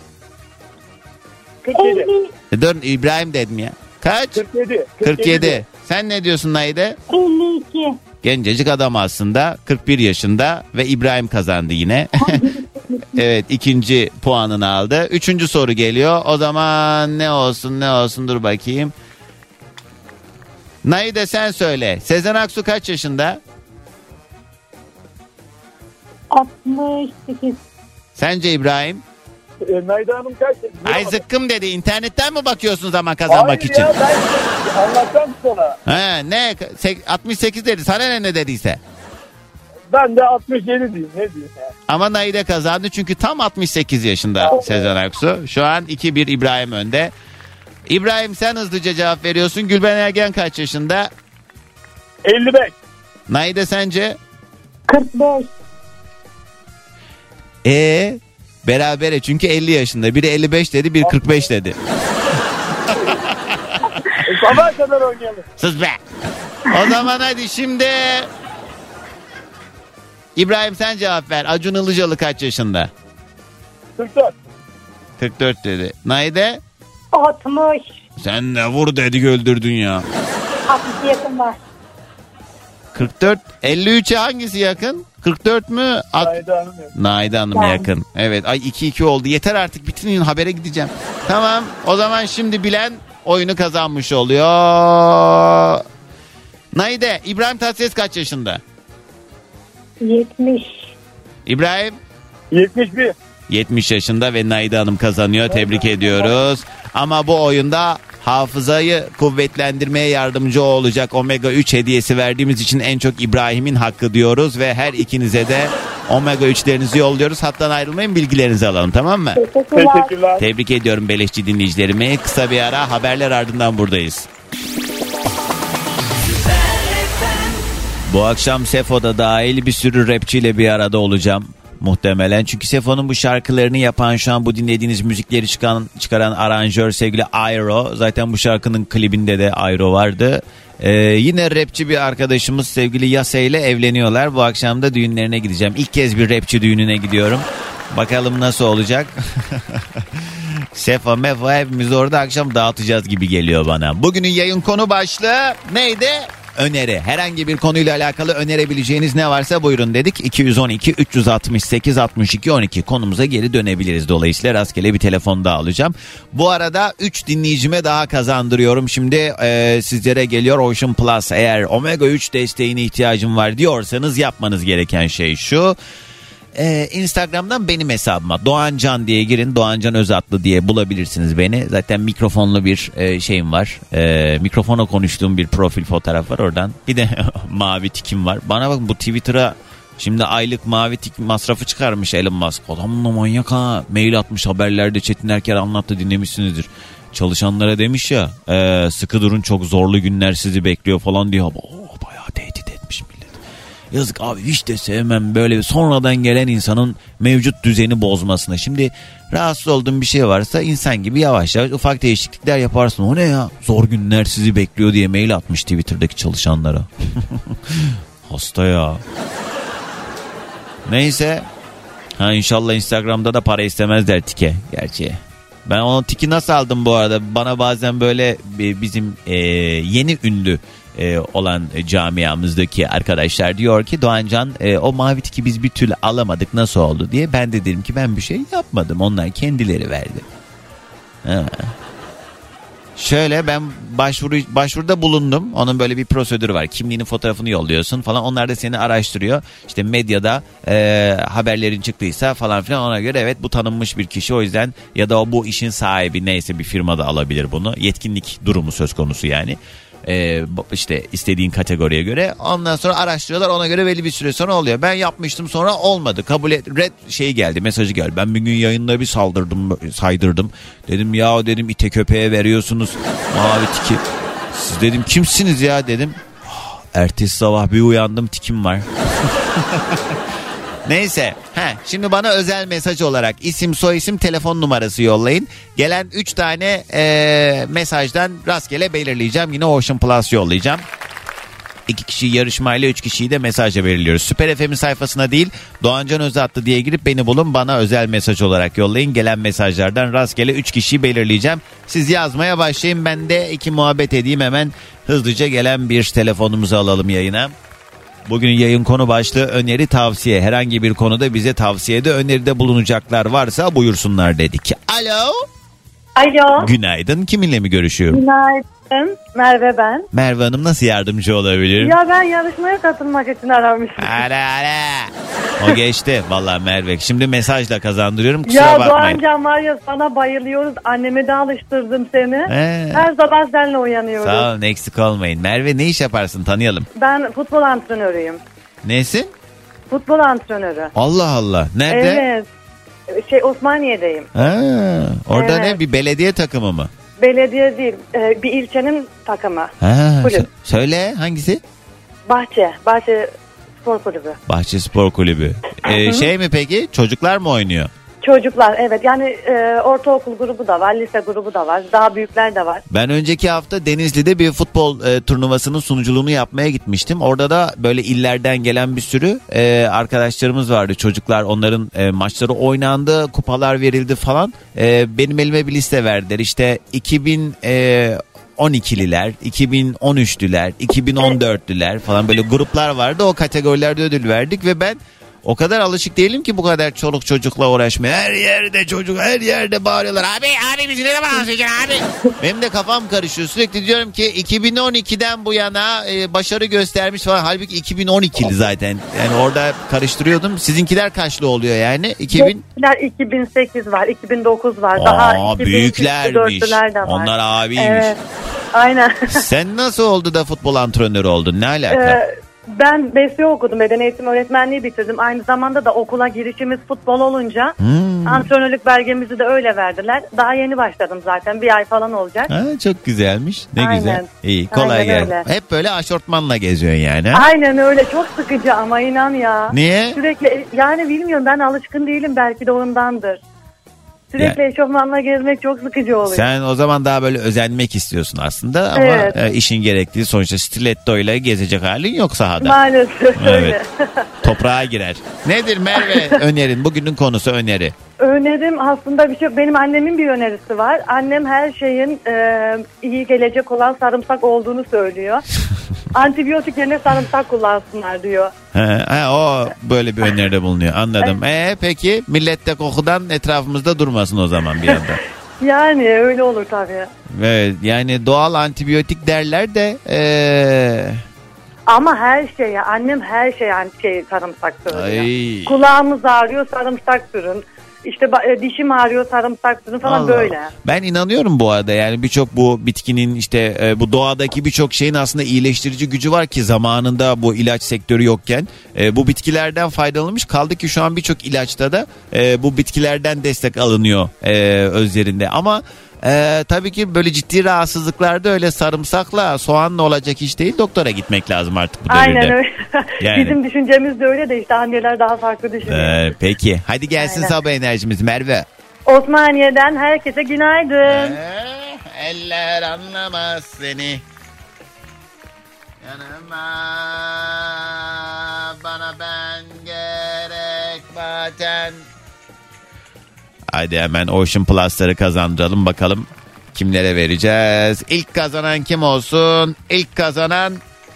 kırk yedi. elli, E, dur İbrahim dedim ya. Kaç? kırk yedi. kırk yedi. Sen ne diyorsun Naide? elli iki. Gencecik adam aslında, kırk bir yaşında ve İbrahim kazandı yine. Evet, ikinci puanını aldı. Üçüncü soru geliyor. O zaman ne olsun ne olsun dur bakayım. Naide sen söyle. Sezen Aksu kaç yaşında? altmış sekiz. Sence İbrahim? E, Nayda Hanım kaç? Ay zıkkım dedi. İnternetten mi bakıyorsun zaman kazanmak Hayır için? ya ben anlatacağım sana. Ha, ne? Se- altmış sekiz dedi. Sana ne ne dediyse. Ben de altmış yedi diyeyim. Ne diyeyim ya? Ama Naide kazandı çünkü tam altmış sekiz yaşında Sezen Aksu. Şu an iki bir İbrahim önde. İbrahim sen hızlıca cevap veriyorsun. Gülben Ergen kaç yaşında? elli beş. Naide sence? kırk beş. Ee, berabere çünkü elli yaşında. Biri elli beş dedi, biri kırk beş dedi. E, sabaha kadar oynayalım. Sus be. O zaman hadi şimdi İbrahim sen cevap ver. Acun Ilıcalı kaç yaşında? kırk dört. kırk dört dedi. Naide? altmış. Sen de vur dedi öldürdün ya. altmış yakın var. kırk dört. elli üçe hangisi yakın? kırk dört mü? At- Nayda Hanım yok. Naide Hanım Yani. yakın. Evet, ay iki iki oldu. Yeter artık bitirin, habere gideceğim. Tamam, o zaman şimdi bilen oyunu kazanmış oluyor. Naide, İbrahim Tatlıses kaç yaşında? yetmiş. İbrahim? yetmiş bir. yetmiş yaşında ve Naide Hanım kazanıyor. Tebrik ediyoruz. Ama bu oyunda hafızayı kuvvetlendirmeye yardımcı olacak omega üç hediyesi verdiğimiz için en çok İbrahim'in hakkı diyoruz ve her ikinize de omega üçlerinizi yolluyoruz. Hattan ayrılmayın, bilgilerinizi alalım, tamam mı? Teşekkürler. Teşekkürler. Tebrik ediyorum beleşçi dinleyicilerimi. Kısa bir ara, haberler ardından buradayız. Bu akşam Sefo'da dahil bir sürü rapçiyle bir arada olacağım. Muhtemelen. Çünkü Sefo'nun bu şarkılarını yapan, şu an bu dinlediğiniz müzikleri çıkan, çıkaran aranjör sevgili Ayro. Zaten bu şarkının klibinde de Ayro vardı. Ee, yine rapçi bir arkadaşımız sevgili Yase ile evleniyorlar. Bu akşam da düğünlerine gideceğim. İlk kez bir rapçi düğününe gidiyorum. Bakalım nasıl olacak. Sefo Mefo hepimiz orada akşam dağıtacağız gibi geliyor bana. Bugünün yayın konu başlığı neydi? Öneri. Herhangi bir konuyla alakalı önerebileceğiniz ne varsa buyurun dedik. iki on iki üç altı sekiz altmış iki on iki konumuza geri dönebiliriz. Dolayısıyla rastgele bir telefon daha alacağım. Bu arada üç dinleyicime daha kazandırıyorum. Şimdi e, sizlere geliyor Ocean Plus. Eğer omega üç desteğine ihtiyacım var diyorsanız yapmanız gereken şey şu. Ee, Instagram'dan benim hesabıma Doğancan diye girin. Doğancan Özatlı diye bulabilirsiniz beni. Zaten mikrofonlu bir e, şeyim var. E, mikrofona konuştuğum bir profil fotoğraf var oradan. Bir de mavi tikim var. Bana bakın, bu Twitter'a şimdi aylık mavi tik masrafı çıkarmış Elon Musk. Adam da manyak ha. Mail atmış, haberlerde Çetin Erker anlattı, dinlemişsinizdir. Çalışanlara demiş ya e, sıkı durun, çok zorlu günler sizi bekliyor falan diyor. Oh, bayağı tehdit etmiş millet. Yazık abi, hiç de sevmem böyle sonradan gelen insanın mevcut düzeni bozmasına. Şimdi rahatsız olduğun bir şey varsa insan gibi yavaş yavaş ufak değişiklikler yaparsın. O ne ya, zor günler sizi bekliyor diye mail atmış Twitter'daki çalışanlara. Hasta ya. Neyse. Ha, inşallah Instagram'da da para istemezler tike gerçi. Ben o tiki nasıl aldım bu arada? Bana bazen böyle bizim e, yeni ünlü e, olan camiamızdaki arkadaşlar diyor ki Doğancan e, o mavi tiki biz bir türlü alamadık, nasıl oldu diye. Ben de dedim ki ben bir şey yapmadım, onlar kendileri verdi. Ha. Şöyle ben başvuru başvuruda bulundum. Onun böyle bir prosedürü var. Kimliğinin fotoğrafını yolluyorsun falan. Onlar da seni araştırıyor. İşte medyada e, haberlerin çıktıysa falan filan, ona göre evet bu tanınmış bir kişi, o yüzden ya da o bu işin sahibi neyse bir firma da alabilir bunu. Yetkinlik durumu söz konusu yani. Ee, işte istediğin kategoriye göre. Ondan sonra araştırıyorlar, ona göre belli bir süre sonra oluyor. Ben yapmıştım, sonra olmadı, kabul et, red şey geldi, mesajı geldi. Ben bir gün yayında bir saldırdım, saydırdım. Dedim ya, dedim ite köpeğe veriyorsunuz mavi tiki. Siz dedim kimsiniz ya dedim. Ertesi sabah bir uyandım, tikim var. Neyse. Heh, şimdi bana özel mesaj olarak isim, soyisim, telefon numarası yollayın. Gelen üç tane e, mesajdan rastgele belirleyeceğim. Yine Ocean Plus yollayacağım. İki kişi yarışmayla üç kişiyi de mesajla belirliyoruz. Süper F M'in sayfasına değil Doğancan Özatlı diye girip beni bulun, bana özel mesaj olarak yollayın. Gelen mesajlardan rastgele üç kişiyi belirleyeceğim. Siz yazmaya başlayın, ben de iki muhabbet edeyim, hemen hızlıca gelen bir telefonumuzu alalım yayına. Bugünün yayın konu başlığı öneri tavsiye. Herhangi bir konuda bize tavsiyede öneride bulunacaklar varsa buyursunlar dedik. Alo. Alo. Günaydın. Kiminle mi görüşüyorum? Günaydın. Merve ben. Merve Hanım, nasıl yardımcı olabilirim? Ya ben yarışmaya katılmak için aramıştım. Ara ara. O geçti. Vallahi Merve. Şimdi mesajla kazandırıyorum. Kusura Ya bakmayın. Doğancan var ya, sana bayılıyoruz. Anneme de alıştırdım seni. Ee, Her sabah seninle uyanıyoruz. Sağ olun, eksik olmayın. Merve, ne iş yaparsın, tanıyalım. Ben futbol antrenörüyüm. Nesin? Futbol antrenörü. Allah Allah. Nerede? Evet. Şey Osmaniye'deyim. Ha, orada Evet. ne? Bir belediye takımı mı? Belediye değil, e, bir ilçenin takımı. Ha, Kulüp. sö- söyle hangisi? Bahçe. Bahçe Spor Kulübü. Bahçe Spor Kulübü. Ee, şey mi peki? Çocuklar mı oynuyor? Çocuklar, evet, yani e, ortaokul grubu da var, lise grubu da var, daha büyükler de var. Ben önceki hafta Denizli'de bir futbol e, turnuvasının sunuculuğunu yapmaya gitmiştim. Orada da böyle illerden gelen bir sürü e, arkadaşlarımız vardı. Çocuklar, onların e, maçları oynandı, kupalar verildi falan. E, benim elime bir liste verdiler. İşte iki bin on ikililer, iki bin on üçlüler, iki bin on dörtlüler falan, böyle gruplar vardı. O kategorilerde ödül verdik ve ben o kadar alışık değilim ki bu kadar çoluk çocukla uğraşmaya. Her yerde çocuk, her yerde bağırıyorlar. Abi abi bizi ne zaman alacaksın abi? Benim de kafam karışıyor. Sürekli diyorum ki iki bin on ikiden bu yana e, başarı göstermiş falan. Halbuki iki bin on ikili zaten. Yani orada karıştırıyordum. Sizinkiler kaçlı oluyor yani? iki bin Bizimkiler iki bin sekiz var, iki bin dokuz var. Daha Aa, iki bin büyüklermiş. dörtlüler de var. Onlar abiymiş. Evet. Aynen. Sen nasıl oldu da futbol antrenörü oldun? Ne alaka? Ee, ben B S O okudum, beden eğitim öğretmenliği bitirdim. Aynı zamanda da okula girişimiz futbol olunca Hmm. antrenörlük belgemizi de öyle verdiler. Daha yeni başladım zaten, bir ay falan olacak. Ha, çok güzelmiş. Ne Aynen. güzel. İyi, kolay Aynen gelsin. öyle. Hep böyle aşortmanla geziyorsun yani. ha? Aynen öyle, çok sıkıcı ama inan ya. Niye? Sürekli, yani bilmiyorum, ben alışkın değilim, belki de ondandır. Sürekli Ya- eşofmanla gezmek çok sıkıcı oluyor. Sen o zaman daha böyle özenmek istiyorsun aslında ama Evet. e, işin gerektiği, sonuçta stiletto ile gezecek halin yok sahada. Maalesef öyle. Evet. Toprağa girer. Nedir Merve önerin? Bugünün konusu öneri. Önerim aslında bir şey. Benim annemin bir önerisi var. Annem her şeyin e, iyi gelecek olan sarımsak olduğunu söylüyor. Antibiyotik yerine sarımsak kullansınlar diyor. He, he, o böyle bir öneride bulunuyor. Anladım. Ee, peki millet de kokudan etrafımızda durmasın o zaman bir anda. Yani öyle olur tabii. Evet, yani doğal antibiyotik derler de ee... Ama her şeye, annem her şeye şey, sarımsak söylüyor. Ay. Kulağımız ağrıyor, sarımsak sürün. İşte ba- dişim ağrıyor, sarımsak sürün falan Allah. böyle. Ben inanıyorum bu arada, yani birçok bu bitkinin, işte e, bu doğadaki birçok şeyin aslında iyileştirici gücü var ki zamanında bu ilaç sektörü yokken e, bu bitkilerden faydalanmış, kaldı ki şu an birçok ilaçta da e, bu bitkilerden destek alınıyor e, özlerinde ama e, tabii ki böyle ciddi rahatsızlıklarda öyle sarımsakla soğanla olacak iş değil, doktora gitmek lazım artık bu devirde. Aynen öyle. Yani. Bizim düşüncemiz de öyle de işte anneler daha farklı düşünüyor. E, peki hadi gelsin Aynen. sabah enerjimiz Merve. Osmaniye'den herkese günaydın. Eh, eller anlamaz seni. Yanıma bana ben gerek zaten. Haydi hemen Ocean Plus'ları kazandıralım bakalım. Kimlere vereceğiz? İlk kazanan kim olsun? İlk kazanan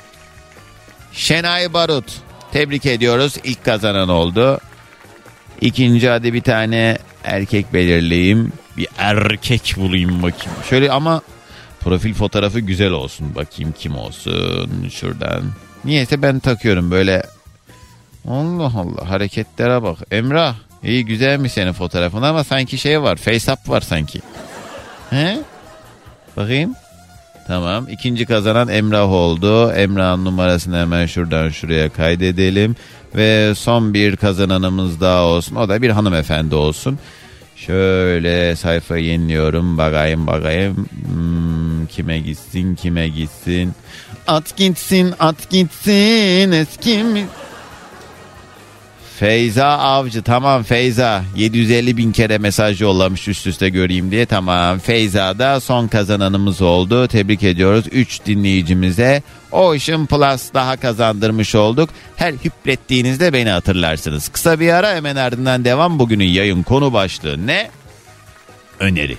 Şenay Barut. Tebrik ediyoruz. İlk kazanan oldu. İkinci, hadi bir tane erkek belirleyeyim. Bir erkek bulayım bakayım. Şöyle ama profil fotoğrafı güzel olsun. Bakayım kim olsun şuradan. Niyeyse ben takıyorum böyle. Allah Allah, hareketlere bak. Emrah, iyi güzel mi senin fotoğrafın ama sanki şey var. Face up var sanki. He? Bakayım. Tamam. İkinci kazanan Emrah oldu. Emrah'ın numarasını hemen şuradan şuraya kaydedelim. Ve son bir kazananımız daha olsun. O da bir hanımefendi olsun. Şöyle sayfayı yeniliyorum. Bakayım bakayım. Hmm, kime gitsin kime gitsin. At gitsin at gitsin eski mi? Feyza Avcı, tamam Feyza yedi yüz elli bin kere mesaj yollamış üst üste göreyim diye. Tamam, Feyza da son kazananımız oldu, tebrik ediyoruz. üç dinleyicimize Ocean Plus daha kazandırmış olduk. Her hüplettiğinizde beni hatırlarsınız. Kısa bir ara, hemen ardından devam. Bugünün yayın konu başlığı ne? Öneri.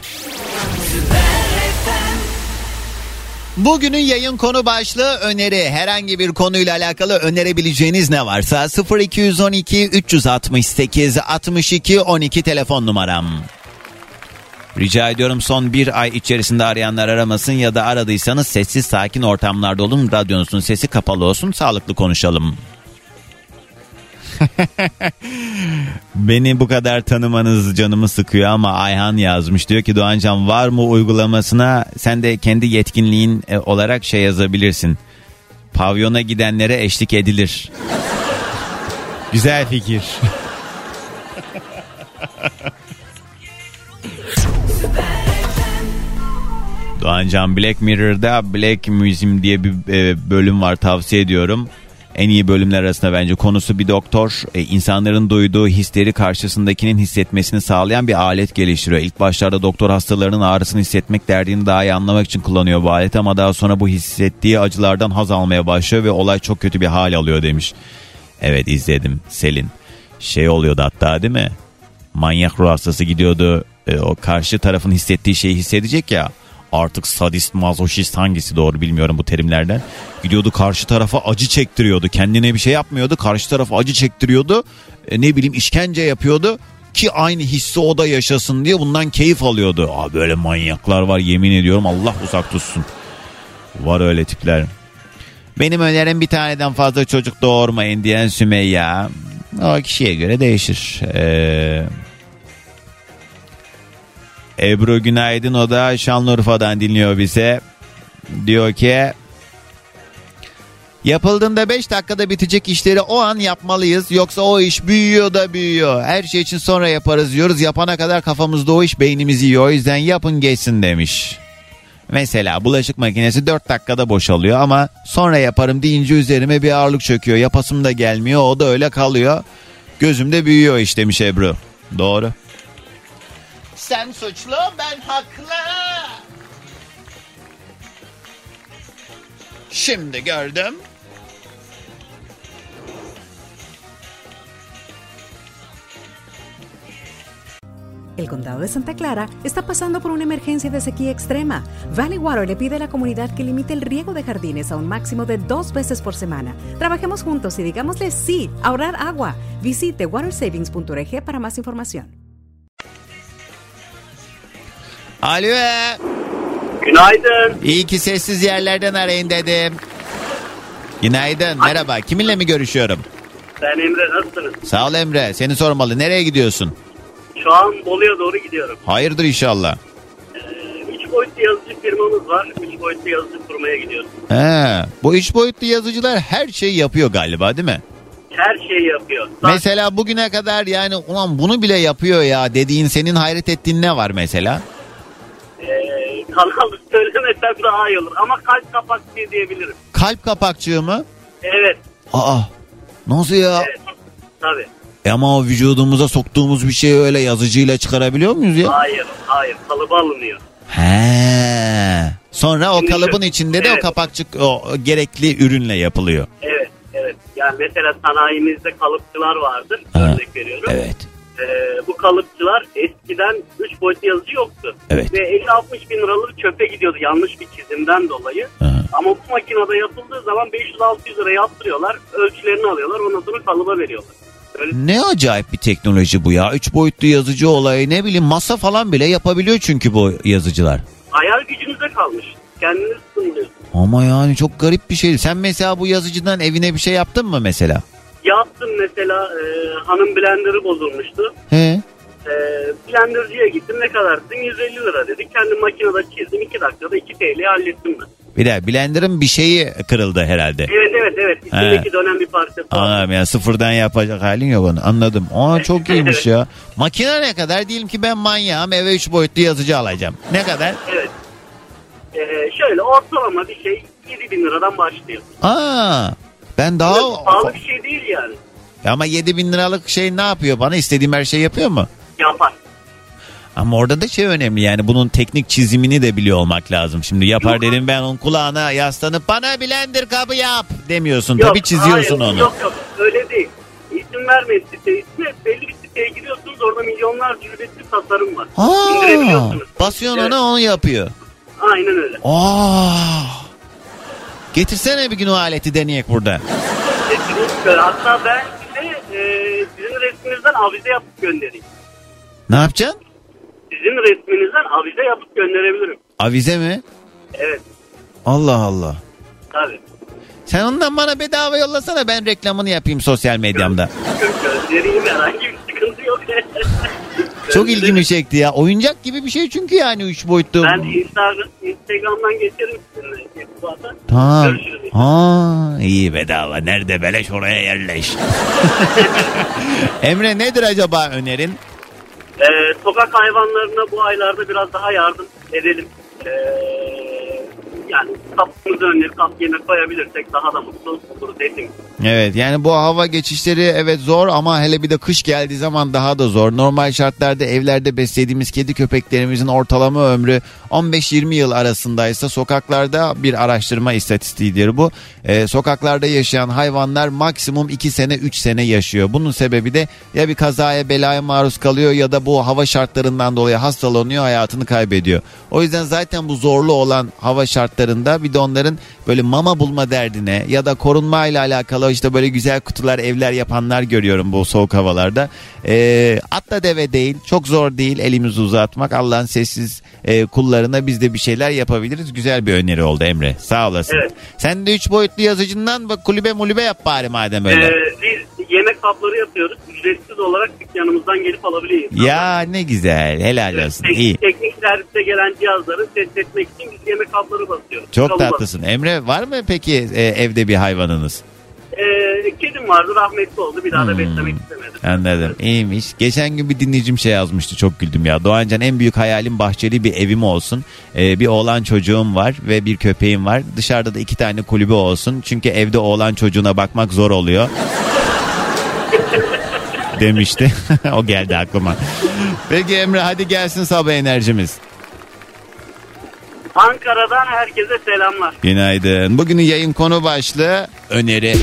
Bugünün yayın konu başlığı öneri. Herhangi bir konuyla alakalı önerebileceğiniz ne varsa sıfır iki on iki üç altı sekiz altmış iki on iki telefon numaram. Rica ediyorum son bir ay içerisinde arayanlar aramasın ya da aradıysanız sessiz sakin ortamlarda olun. Radyonuzun sesi kapalı olsun, sağlıklı konuşalım. Beni bu kadar tanımanız canımı sıkıyor ama Ayhan yazmış. Diyor ki Doğancan, var mı uygulamasına sen de kendi yetkinliğin olarak şey yazabilirsin. Pavyona gidenlere eşlik edilir. Güzel fikir. Doğancan, Black Mirror'da Black Museum diye bir bölüm var, tavsiye ediyorum. En iyi bölümler arasında bence. Konusu bir doktor e, insanların duyduğu hisleri karşısındakinin hissetmesini sağlayan bir alet geliştiriyor. İlk başlarda doktor hastalarının ağrısını hissetmek, derdini daha iyi anlamak için kullanıyor bu aleti ama daha sonra bu hissettiği acılardan haz almaya başlıyor ve olay çok kötü bir hal alıyor demiş. Evet, izledim Selin. Şey oluyordu hatta, değil mi? Manyak ruh hastası gidiyordu, e, o karşı tarafın hissettiği şeyi hissedecek ya. Artık sadist, mazoşist hangisi doğru bilmiyorum bu terimlerden. Gidiyordu karşı tarafa acı çektiriyordu. Kendine bir şey yapmıyordu. Karşı tarafa acı çektiriyordu. E, ne bileyim işkence yapıyordu. Ki aynı hissi o da yaşasın diye bundan keyif alıyordu. Aa, böyle manyaklar var, yemin ediyorum, Allah uzak tutsun. Var öyle tipler. Benim önerim bir taneden fazla çocuk doğurmayın diyen Sümeyya. O kişiye göre değişir. Eee... Ebru günaydın, o da Şanlıurfa'dan dinliyor bize. Diyor ki yapıldığında beş dakikada bitecek işleri o an yapmalıyız. Yoksa o iş büyüyor da büyüyor. Her şey için sonra yaparız diyoruz. Yapana kadar kafamızda o iş beynimizi yiyor. O yüzden yapın geçsin demiş. Mesela bulaşık makinesi dört dakikada boşalıyor ama sonra yaparım deyince üzerime bir ağırlık çöküyor. Yapasım da gelmiyor, o da öyle kalıyor. Gözümde büyüyor iş demiş Ebru. Doğru. Sen suçlu, ben haklı. Şimdi gördüm. El condado de Santa Clara está pasando por una emergencia de sequía extrema. Valley Water le pide a la comunidad que limite el riego de jardines a un máximo de dos veces por semana. Trabajemos juntos y digámosle sí a ahorrar agua. Visite water savings punto org para más información. Alo. Günaydın. İyi ki sessiz yerlerden arayın dedim. Günaydın, merhaba. Kiminle mi görüşüyorum? Ben Emre, nasılsınız? Sağ ol Emre. Seni sormalı. Nereye gidiyorsun? Şu an Bolu'ya doğru gidiyorum. Hayırdır inşallah. Ee, üç boyutlu yazıcı firmamız var. Üç boyutlu yazıcı kurmaya gidiyoruz. He, bu üç boyutlu yazıcılar her şeyi yapıyor galiba, değil mi? Her şeyi yapıyor. Mesela bugüne kadar yani ulan bunu bile yapıyor ya dediğin, senin hayret ettiğin ne var mesela? Ee, kanalı söylemesem daha iyi olur. Ama kalp kapakçığı diyebilirim. Kalp kapakçığı mı? Evet. Aa, nasıl ya? Evet. Tabii. E ama o vücudumuza soktuğumuz bir şeyi öyle yazıcıyla çıkarabiliyor muyuz ya? Hayır, hayır. Kalıba alınıyor. He. Sonra o Şimdi kalıbın şu, içinde de evet. o kapakçık o gerekli ürünle yapılıyor. Evet, evet. Yani mesela sanayimizde kalıpçılar vardır. Ha, örnek veriyorum. evet. Ee, bu kalıpçılar eskiden üç boyutlu yazıcı yoktu. Evet. Ve elli altmış bin liralık çöpe gidiyordu yanlış bir çizimden dolayı. Aha. Ama bu makinede yapıldığı zaman beş yüz altı yüz lira yaptırıyorlar. Ölçülerini alıyorlar. Ondan sonra kalıba veriyorlar. Öyle... Ne acayip bir teknoloji bu ya. Üç boyutlu yazıcı olayı, ne bileyim masa falan bile yapabiliyor çünkü bu yazıcılar. Hayal gücünüze kalmış. Kendiniz sınırlıyorsunuz. Ama yani çok garip bir şey. Sen mesela bu yazıcıdan evine bir şey yaptın mı mesela? Yaptım mesela, e, hanım blenderı bozulmuştu. He. E, blendercıya gittim, ne kadarsın, yüz elli lira dedi. Kendi makinede çizdim, iki dakikada iki TL'ye hallettim ben. Bir de blenderın bir şeyi kırıldı herhalde. Evet evet evet. İçindeki He. dönen bir parça. Anladım ya, sıfırdan yapacak halin yok onu, anladım. Aa, çok iyiymiş ya. Makine ne kadar? Diyelim ki ben manyağım, eve üç boyutlu yazıcı alacağım. Ne kadar? Evet. Ee, şöyle ortalama bir şey yedi bin liradan başlıyor. Aa, ben daha... Pahalı bir şey değil yani. Ama yedi bin liralık şey ne yapıyor bana? İstediğim her şeyi yapıyor mu? Yapar. Ama orada da şey önemli yani bunun teknik çizimini de biliyor olmak lazım. Şimdi yapar Yok. dedim ben onun kulağına yaslanıp bana blender kabı yap demiyorsun. Yok, Tabii çiziyorsun hayır, onu. Yok yok öyle değil. İsim vermeyin siteye. İsmi belli bir siteye giriyorsunuz, orada milyonlarca ücretli tasarım var. Aa, basıyorsun Evet. ona onu yapıyor. Aynen öyle. Aa. Getirsene bir gün o aleti deneyek burada. Kesinlikle. Hatta ben size e, sizin resminizden avize yapıp göndereyim. Ne yapacaksın? Sizin resminizden avize yapıp gönderebilirim. Avize mi? Evet. Allah Allah. Tabii. Sen ondan bana bedava yollasana ben reklamını yapayım sosyal medyamda. Göndereyim, herhangi bir sıkıntı yok. Çok ilgimi çekti ya. Oyuncak gibi bir şey çünkü yani üç boyutlu. Ben Instagram, Instagram'dan geçerim sizinle. Tamam. Görüşürüz. Ha, iyi bedava. Nerede beleş oraya yerleş. Emre nedir acaba önerin? Ee, sokak hayvanlarına bu aylarda biraz daha yardım edelim. Ee, yani kapımızın önüne kap yemek koyabilirsek daha da mutlu oluruz hepimiz. Evet yani bu hava geçişleri evet zor ama hele bir de kış geldiği zaman daha da zor. Normal şartlarda evlerde beslediğimiz kedi köpeklerimizin ortalama ömrü on beş yirmi yıl arasındaysa sokaklarda bir araştırma istatistiğidir bu. Ee, sokaklarda yaşayan hayvanlar maksimum iki sene üç sene yaşıyor. Bunun sebebi de ya bir kazaya belaya maruz kalıyor ya da bu hava şartlarından dolayı hastalanıyor, hayatını kaybediyor. O yüzden zaten bu zorlu olan hava şartlarında bir de onların böyle mama bulma derdine ya da korunma ile alakalı işte böyle güzel kutular evler yapanlar görüyorum bu soğuk havalarda. Ee, atla deve değil, çok zor değil elimizi uzatmak. Allah'ın sessiz e, kullarına biz de bir şeyler yapabiliriz. Güzel bir öneri oldu Emre. Sağ olasın. Evet. Sen de üç boyutlu yazıcından bak kulübe mulübe yap bari madem öyle. Ee, biz yemek kapları yapıyoruz. Ücretsiz olarak dükkanımızdan gelip alabiliriz. Ya ne güzel, helal olsun. Tek, İyi. teknik serviste gelen cihazları test etmek için biz yemek kapları basıyoruz. Çok Kalın tatlısın. Emre var mı peki e, evde bir hayvanınız? Ee, kedim vardı, rahmetli oldu. Bir daha da Hmm. beslemek istemedim. Anladım. İyiymiş. Geçen gün bir dinleyicim şey yazmıştı. Çok güldüm ya. Doğancan en büyük hayalim bahçeli bir evim olsun. Ee, bir oğlan çocuğum var ve bir köpeğim var. Dışarıda da iki tane kulübe olsun. Çünkü evde oğlan çocuğuna bakmak zor oluyor. Demişti. O geldi aklıma. Peki Emre hadi gelsin sabah enerjimiz. Ankara'dan herkese selamlar. Günaydın. Bugünün yayın konu başlığı öneri.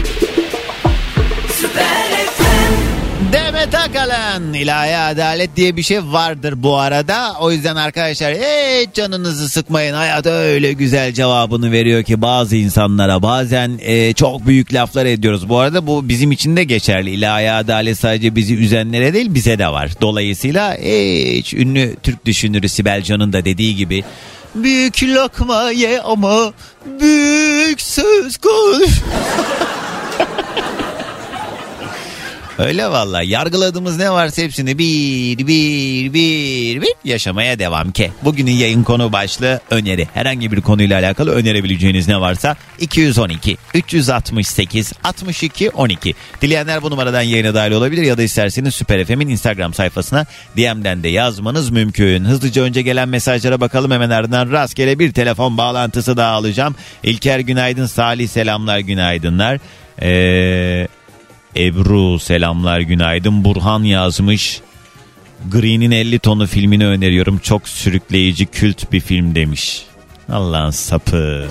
Demet Akalın, ilahi adalet diye bir şey vardır bu arada. O yüzden arkadaşlar hiç canınızı sıkmayın. Hayat öyle güzel cevabını veriyor ki bazı insanlara bazen e, çok büyük laflar ediyoruz. Bu arada bu bizim için de geçerli. İlahi adalet sadece bizi üzenlere değil bize de var. Dolayısıyla hiç ünlü Türk düşünürü Sibel Can'ın da dediği gibi büyük lokma ye ama büyük söz konuş. Öyle vallahi yargıladığımız ne varsa hepsini bir bir bir bir yaşamaya devam ki. Bugünün yayın konu başlığı öneri. Herhangi bir konuyla alakalı önerebileceğiniz ne varsa iki yüz on iki üç altı sekiz altmış iki on iki. Dileyenler bu numaradan yayına dahil olabilir ya da isterseniz Süper F M'in Instagram sayfasına D M'den de yazmanız mümkün. Hızlıca önce gelen mesajlara bakalım, hemen ardından rastgele bir telefon bağlantısı daha alacağım. İlker günaydın, Salih selamlar günaydınlar. Eee... Ebru selamlar günaydın. Burhan yazmış. Green'in elli tonu filmini öneriyorum. Çok sürükleyici kült bir film demiş. Allah'ın sapı.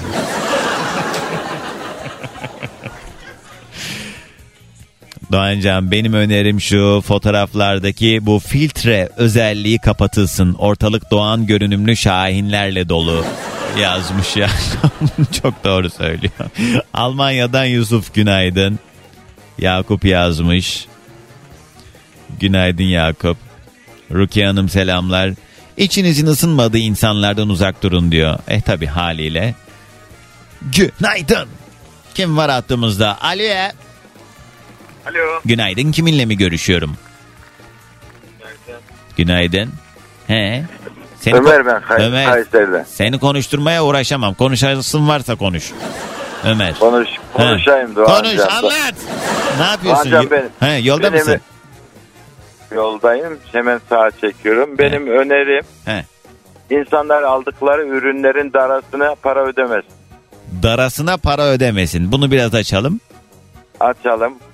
Doğancan benim önerim şu: fotoğraflardaki bu filtre özelliği kapatılsın. Ortalık doğan görünümlü şahinlerle dolu yazmış ya. Çok doğru söylüyor. Almanya'dan Yusuf günaydın. Yakup yazmış. Günaydın Yakup. Rukiye Hanım selamlar. İçinizin ısınmadığı insanlardan uzak durun diyor. Eh tabi haliyle. Günaydın. Kim var hattımızda? Aliye. Alo. Günaydın. Kiminle mi görüşüyorum? Günaydın. Günaydın. He. Seni Ömer ko- ben. Kay- Ömer. Kayseri'den. Seni konuşturmaya uğraşamam. Konuşasın varsa konuş. Ömer. Konuş, konuşayım Doğan Konuş, Can. anlat. Ne yapıyorsun? Doğan Can benim. He, yolda Benim- mısın? Yoldayım. Hemen sağa çekiyorum. Benim He. önerim He. insanlar aldıkları ürünlerin darasına para ödemesin. Darasına para ödemesin. Bunu biraz açalım. Açalım.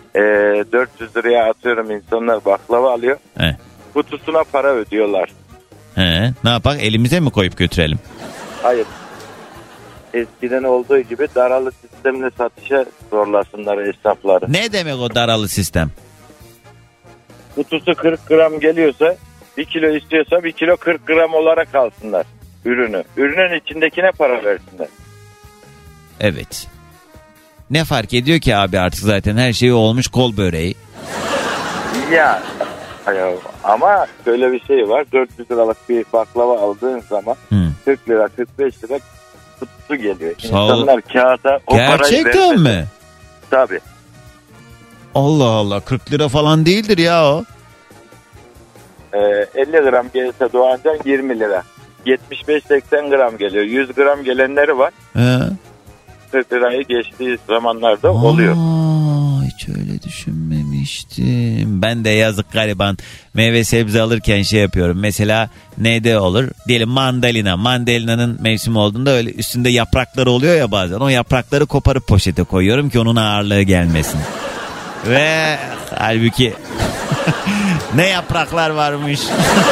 e, dört yüz liraya atıyorum insanlar baklava alıyor. He. Kutusuna para ödüyorlar. He. Ne yapak? Elimize mi koyup götürelim? Hayır. Eskiden olduğu gibi daralı sistemle satışa zorlasınlar esnafları. Ne demek o daralı sistem? Kutusu kırk gram geliyorsa bir kilo istiyorsa bir kilo kırk gram olarak alsınlar ürünü. Ürünün içindekine para versinler. Evet. Ne fark ediyor ki abi artık zaten her şey olmuş kol böreği. Ya ama şöyle bir şey var. dört yüz liralık bir baklava aldığın zaman hmm. kırk lira kırk beş lira kutusu geliyor. İnsanlar kağıda o parayı gerçekten mi? Tabii. Allah Allah, kırk lira falan değildir ya o. Ee, elli gram gelirse Doğancan yirmi lira. yetmiş beş seksen gram geliyor. yüz gram gelenleri var. He. kırk lirayı geçtiği zamanlarda Aa, oluyor. Hiç öyle düşünmemiştim. Ben de yazık gariban meyve sebze alırken şey yapıyorum. Mesela neyde olur? Diyelim mandalina. Mandalina'nın mevsimi olduğunda öyle üstünde yaprakları oluyor ya bazen. O yaprakları koparıp poşete koyuyorum ki onun ağırlığı gelmesin. Ve halbuki ne yapraklar varmış.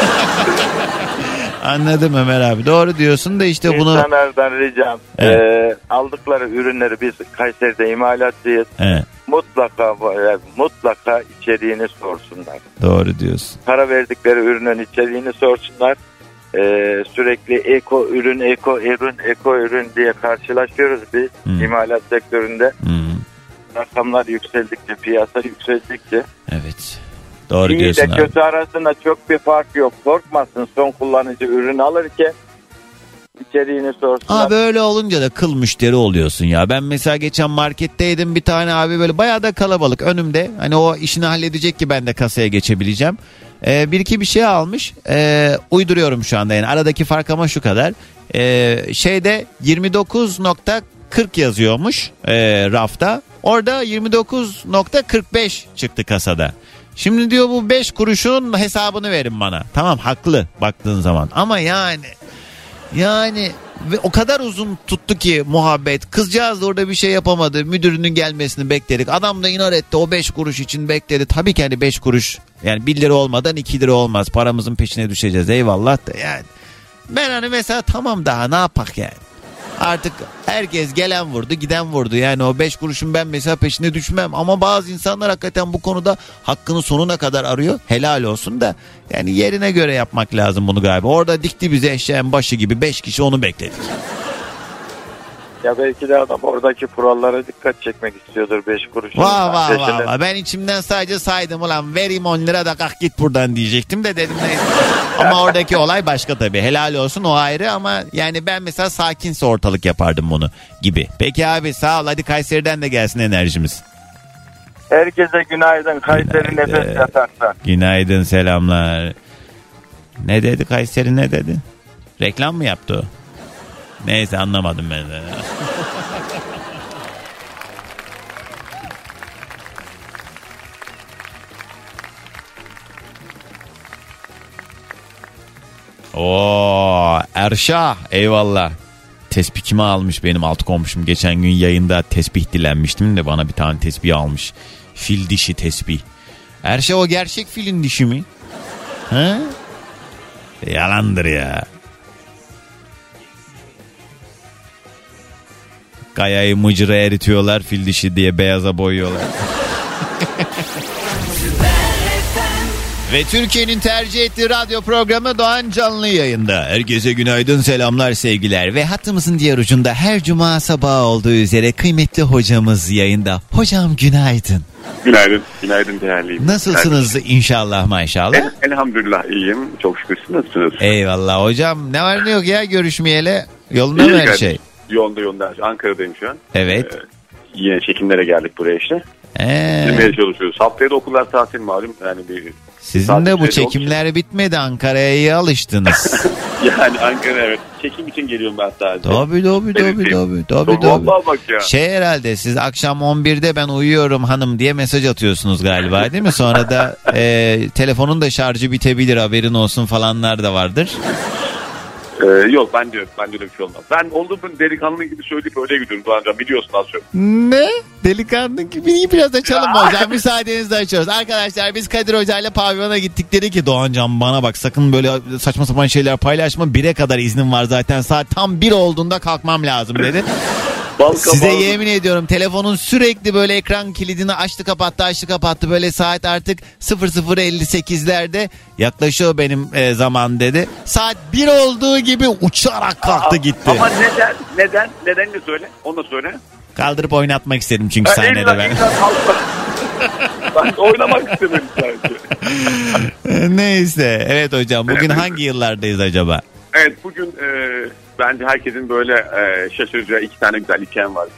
Anladım Ömer abi. Doğru diyorsun da işte bunu... İnsanlardan ricam evet. e, aldıkları ürünleri biz Kayseri'de imalatçıyız. Evet. Mutlaka mutlaka içeriğini sorsunlar. Doğru diyorsun. Para verdikleri ürünün içeriğini sorsunlar. E, sürekli eko ürün, eko ürün, eko ürün diye karşılaşıyoruz biz hmm. imalat sektöründe. Hmm. Rakamlar yükseldikçe, piyasa yükseldikçe. Evet. Doğru İyi diyorsun de kötü abi. Arasında çok bir fark yok. Korkmasın son kullanıcı ürün alırken içeriğini sorsunlar. Abi öyle olunca da kıl müşteri oluyorsun ya. Ben mesela geçen marketteydim, bir tane abi böyle bayağı da kalabalık önümde. Hani o işini halledecek ki ben de kasaya geçebileceğim. Ee, bir iki bir şey almış. Ee, uyduruyorum şu anda yani aradaki fark ama şu kadar. Ee, şeyde yirmi dokuz nokta kırk yazıyormuş e, rafta. Orada yirmi dokuz nokta kırk beş çıktı kasada. Şimdi diyor bu beş kuruşun hesabını verin bana. Tamam, haklı baktığın zaman. Ama yani yani ve o kadar uzun tuttu ki muhabbet. Kızcağız da orada bir şey yapamadı. Müdürünün gelmesini bekledik. Adam da inat etti, o beş kuruş için bekledi. Tabii ki hani beş kuruş yani bir lira olmadan iki lira olmaz. Paramızın peşine düşeceğiz eyvallah da yani. Ben hani mesela tamam daha ne yapak yani. Artık herkes gelen vurdu giden vurdu yani o beş kuruşun ben mesela peşine düşmem ama bazı insanlar hakikaten bu konuda hakkını sonuna kadar arıyor, helal olsun da yani yerine göre yapmak lazım bunu galiba. Orada dikti bize eşeğin başı gibi beş kişi onu bekledik. Ya belki de adam oradaki kurallara dikkat çekmek istiyordur beş kuruşun. Vah vah vah vah. Ben içimden sadece saydım ulan vereyim on lira da kalk git buradan diyecektim de dedim neyse. Ama oradaki olay başka tabii. Helal olsun o ayrı ama yani ben mesela sakinse ortalık yapardım bunu gibi. Peki abi sağ ol, hadi Kayseri'den de gelsin enerjimiz. Herkese günaydın. Kayseri günaydın. Nefes yatakta. Günaydın, selamlar. Ne dedi Kayseri, ne dedi? Reklam mı yaptı o? Neyse anlamadım ben de. Oo, Erşah eyvallah. Tespih kime almış benim alt komşum? Geçen gün yayında tesbih dilenmiştim de bana bir tane tesbih almış. Fil dişi tesbih. Erşah o gerçek filin dişi mi? Ha? Yalandır ya. Kayayı mıcıra eritiyorlar, fil dişi diye beyaza boyuyorlar. Ve Türkiye'nin tercih ettiği radyo programı Doğan canlı yayında. Herkese günaydın, selamlar, sevgiler. Ve hattımızın diğer ucunda her cuma sabahı olduğu üzere kıymetli hocamız yayında. Hocam günaydın. Günaydın, günaydın değerliyim. Nasılsınız günaydın. İnşallah maşallah? El, elhamdülillah iyiyim, çok şükür. Siz nasılsınız? Eyvallah hocam, ne var ne yok ya görüşmeyeli, yolunda mı her kardeşim. Şey? Yolda yolda, Ankara'dayım şu an. Evet. Ee, yine çekimlere geldik buraya işte. Ee. Bilmeye çalışıyoruz. Haftaya da okullar tatil malum. Yani bir sizin de bu çekimler olmuş. Bitmedi, Ankara'ya iyi alıştınız. Yani Ankara evet. Çekim için geliyorum ben sadece. Tabii tabii tabii tabii. tabii, tabii. Bak ya. Şey herhalde siz akşam on birde ben uyuyorum hanım diye mesaj atıyorsunuz galiba değil mi? Sonra da e, telefonun da şarjı bitebilir haberin olsun falanlar da vardır. Ee, yok ben de yok. Ben de öyle bir şey olmaz. Ben olduğum delikanlı gibi söyleyip öyle gidiyorum Doğancan. Biliyorsun az çok. Ne? Delikanlı gibi biraz açalım mı hocam? Müsaadenizle açıyoruz. Arkadaşlar biz Kadir Hoca ile pavyona gittik. Dedi ki Doğancan bana bak sakın böyle saçma sapan şeyler paylaşma. Bire kadar iznim var zaten. Saat tam bir olduğunda kalkmam lazım dedi. Size yemin ediyorum telefonun sürekli böyle ekran kilidini açtı kapattı açtı kapattı. Böyle saat artık sıfır sıfır elli sekizlerde yaklaşıyor benim e, zaman dedi. Saat bir olduğu gibi uçarak kalktı gitti. Ama neden? Neden? Neden de söyle. Onu da söyle. Kaldırıp oynatmak istedim çünkü sahnede ben. ben. Ben oynamak istemedim sanki. Neyse. Evet hocam bugün hangi yıllardayız acaba? Evet bugün e, bence herkesin böyle e, şaşıracağı iki tane güzel hikayem var.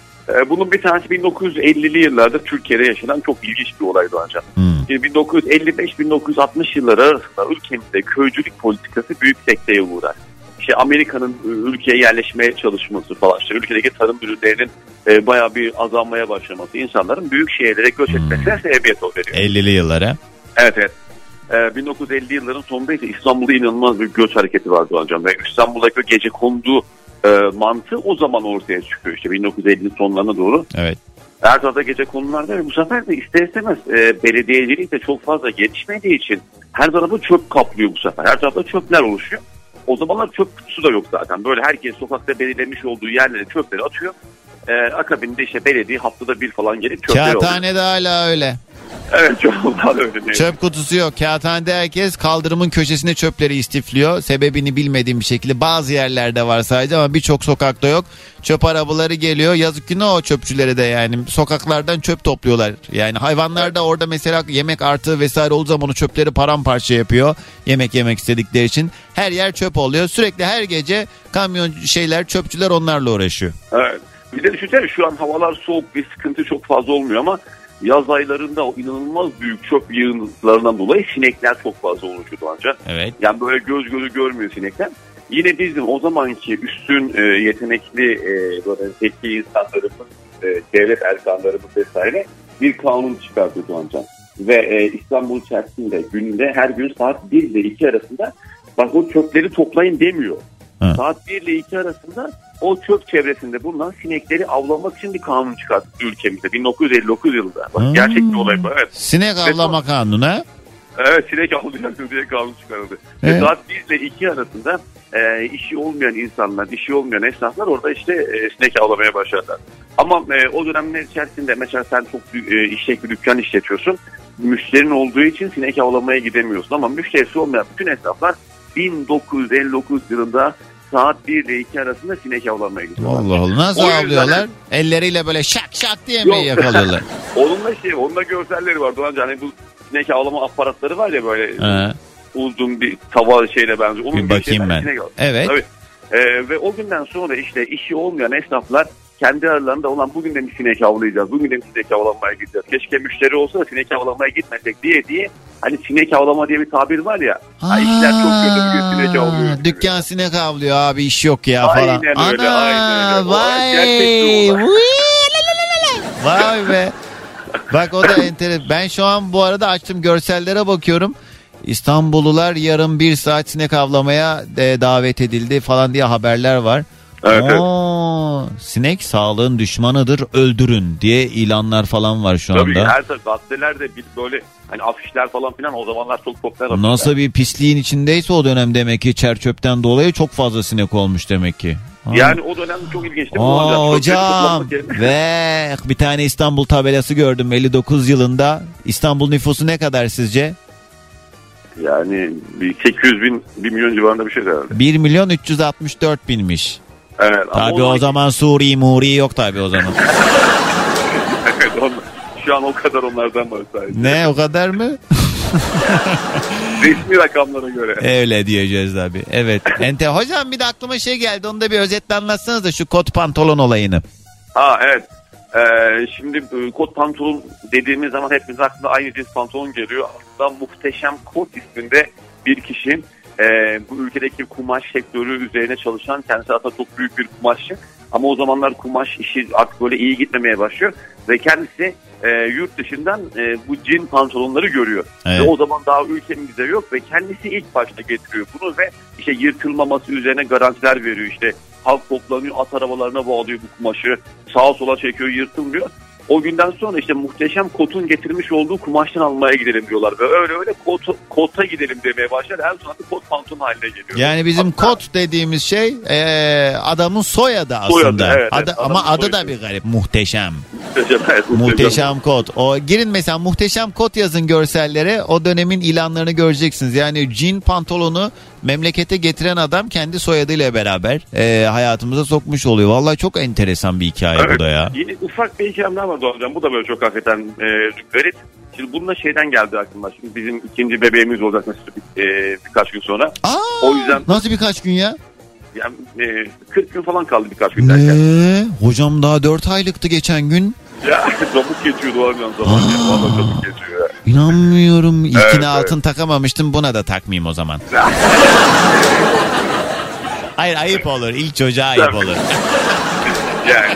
E, bunun bir tanesi bin dokuz yüz ellili yıllarda Türkiye'de yaşanan çok ilginç bir olay Doğancan. Hmm. bin dokuz yüz elli beş bin dokuz yüz altmış yılları arasında ülkemizde köycülük politikası büyük sekteye uğrar. İşte Amerika'nın ülkeye yerleşmeye çalışması falan, işte ülkedeki tarım ürünlerinin e, bayağı bir azalmaya başlaması, insanların büyük şehirlere göç etmesine hmm. sebebiyet oluyor. ellili yıllara. Evet evet. Ee, bin dokuz yüz elli yılların sonunda ise İstanbul'da inanılmaz bir göç hareketi vardı hocam. Ve İstanbul'daki gecekondu e, mantığı o zaman ortaya çıkıyor işte bin dokuz yüz ellinin sonlarına doğru. Evet. Her tarafta gecekondular ve bu sefer de ister istemez e, belediyecilik de çok fazla gelişmediği için her tarafı çöp kaplıyor bu sefer. Her tarafta çöpler oluşuyor. O zamanlar çöp kutusu da yok zaten. Böyle herkes sokakta belirlemiş olduğu yerlere çöpleri atıyor. E, akabinde işte belediye haftada bir falan gelip çöpleri alıyor. Kağıthane'de hala öyle. Evet çok öyle değil. Çöp kutusu yok. Kağıthanede herkes kaldırımın köşesine çöpleri istifliyor. Sebebini bilmediğim bir şekilde bazı yerlerde var sadece ama birçok sokakta yok. Çöp arabaları geliyor. Yazık ki ne o çöpçülere de yani sokaklardan çöp topluyorlar. Yani hayvanlar da orada mesela yemek artığı vesaire olduğu zaman o çöpleri paramparça yapıyor. Yemek yemek istedikleri için. Her yer çöp oluyor. Sürekli her gece kamyon şeyler çöpçüler onlarla uğraşıyor. Evet. Bir de düşünsene şu an havalar soğuk bir sıkıntı çok fazla olmuyor ama yaz aylarında o inanılmaz büyük çöp yığınlarından dolayı sinekler çok fazla oluşuyordu ancak. Evet. Yani böyle göz gözü görmüyor sinekler. Yine bizim o zamanki üstün e, yetenekli e, böyle zeki insanlarımız, e, devlet erkanlarımız vesaire bir kanun çıkartıyordu ancak. Ve e, İstanbul içerisinde günde her gün saat bir ile iki arasında bak o çöpleri toplayın demiyor. Ha. Saat bir ile iki arasında o çöp çevresinde bulunan sinekleri avlamak için bir kanun çıkarttı ülkemizde bin dokuz yüz elli dokuz yılında. Bak, hmm. gerçek bir olay bu. Evet. Sinek avlama kanunu ha? Evet sinek avlayacaksın diye kanun çıkarıldı. Evet. Ve saat bir ile iki arasında e, işi olmayan insanlar, işi olmayan esnaflar orada işte e, sinek avlamaya başladılar. Ama e, o dönemler içerisinde mesela sen çok e, işlek bir dükkan işletiyorsun. Müşterin olduğu için sinek avlamaya gidemiyorsun. Ama müşterisi olmayan bütün esnaflar bin dokuz yüz elli dokuz yılında saat bir ile iki arasında sinek avlanmaya gidiyorlar. Allah Allah. Nasıl o avlıyorlar? Yüzden... Elleriyle böyle şak şak diye mi yakalıyorlar? Onunla şey, onunla görselleri var. Doğanca hani bu sinek avlama aparatları var ya böyle He. uzun bir tava şeyle benziyor. Onun bir bakayım ben. Evet. Tabii. Ee, ve o günden sonra işte işi olmayan esnaflar kendi aralarında olan bugün de mi sinek avlayacağız, bugün de mi sinek avlamaya gideceğiz, keşke müşteri olsa da sinek avlamaya gitmesek diye diye hani sinek avlama diye bir tabir var ya, ha, işler çok kötü bugün sinek avlıyor. Dükkan sinek avlıyor abi iş yok ya falan. Aynen öyle, Ana, aynen öyle. Vay. Vay be. Bak o da enteresan. Ben şu an bu arada açtım görsellere bakıyorum. İstanbullular yarın bir saat sinek avlamaya e, davet edildi falan diye haberler var. Evet, Oo, evet. Sinek sağlığın düşmanıdır öldürün diye ilanlar falan var şu Tabii anda. Her taraf gazetelerde böyle hani afişler falan filan o zamanlar çok popüler. Nasıl bir pisliğin içindeyse o dönem demek ki çerçöpten dolayı çok fazla sinek olmuş demek ki. Ha. Yani o dönem çok ilginçti. Aa, hocam ve bir tane İstanbul tabelası gördüm elli dokuz yılında. İstanbul nüfusu ne kadar sizce? Yani bir sekiz yüz bin, bir milyon civarında bir şey herhalde. bir milyon üç yüz altmış dört binmiş. Evet. Tabii o, o zaman Suri Muri yok tabii o zaman. Evet onlar, şu an o kadar onlardan var sadece. Ne o kadar mı? Resmi rakamlara göre. Öyle diyeceğiz abi. Evet. Ente hocam bir de aklıma şey geldi. Onu da bir özetle anlatsanız da şu kot pantolon olayını. Ha evet. Ee, şimdi kot pantolon dediğimiz zaman hepimiz aklına aynı cins pantolon geliyor. Aslında Muhteşem Kot isminde bir kişi e, bu ülkedeki kumaş sektörü üzerine çalışan, kendisi aslında çok büyük bir kumaşçı. Ama o zamanlar kumaş işi artık böyle iyi gitmemeye başlıyor. Ve kendisi e, yurt dışından e, bu cin pantolonları görüyor. Evet. Ve o zaman daha ülkemizde yok ve kendisi ilk başta getiriyor bunu ve işte yırtılmaması üzerine garantiler veriyor. İşte halk toplanıyor, at arabalarına bağlıyor bu kumaşı, sağa sola çekiyor, yırtılmıyor. O günden sonra işte Muhteşem Kot'un getirmiş olduğu kumaştan almaya gidelim diyorlar. Ve öyle öyle kot, kota gidelim demeye başlar. En sonunda kot pantolon haline geliyor. Yani bizim Hatta, kot dediğimiz şey e, adamın soyadı aslında. Soyadı, evet, Adı, evet, ama adı da bir garip. Muhteşem. Muhteşem, evet, muhteşem. Muhteşem Kot. O, girin mesela Muhteşem Kot yazın görsellere. O dönemin ilanlarını göreceksiniz. Yani cin pantolonu memlekete getiren adam kendi soyadıyla beraber e, hayatımıza sokmuş oluyor. Vallahi çok enteresan bir hikaye evet, bu da ya. Yine ufak bir hikayem daha var hocam. Bu da böyle çok hakikaten e, garip. Şimdi bununla şeyden geldi aklıma. Şimdi bizim ikinci bebeğimiz olacak mesela bir, e, birkaç gün sonra. Aa, o yüzden nasıl birkaç gün ya? Yani e, kırk gün falan kaldı birkaç gün derken. Ne? Hocam daha dört aylıktı geçen gün. Ya çabuk geçiyordu o zaman. Valla çabuk geçiyor ya. İnanmıyorum. İlkine evet, altın evet. takamamıştım. Buna da takmayayım o zaman. Hayır ayıp olur. İlk çocuğa ayıp olur. Yani.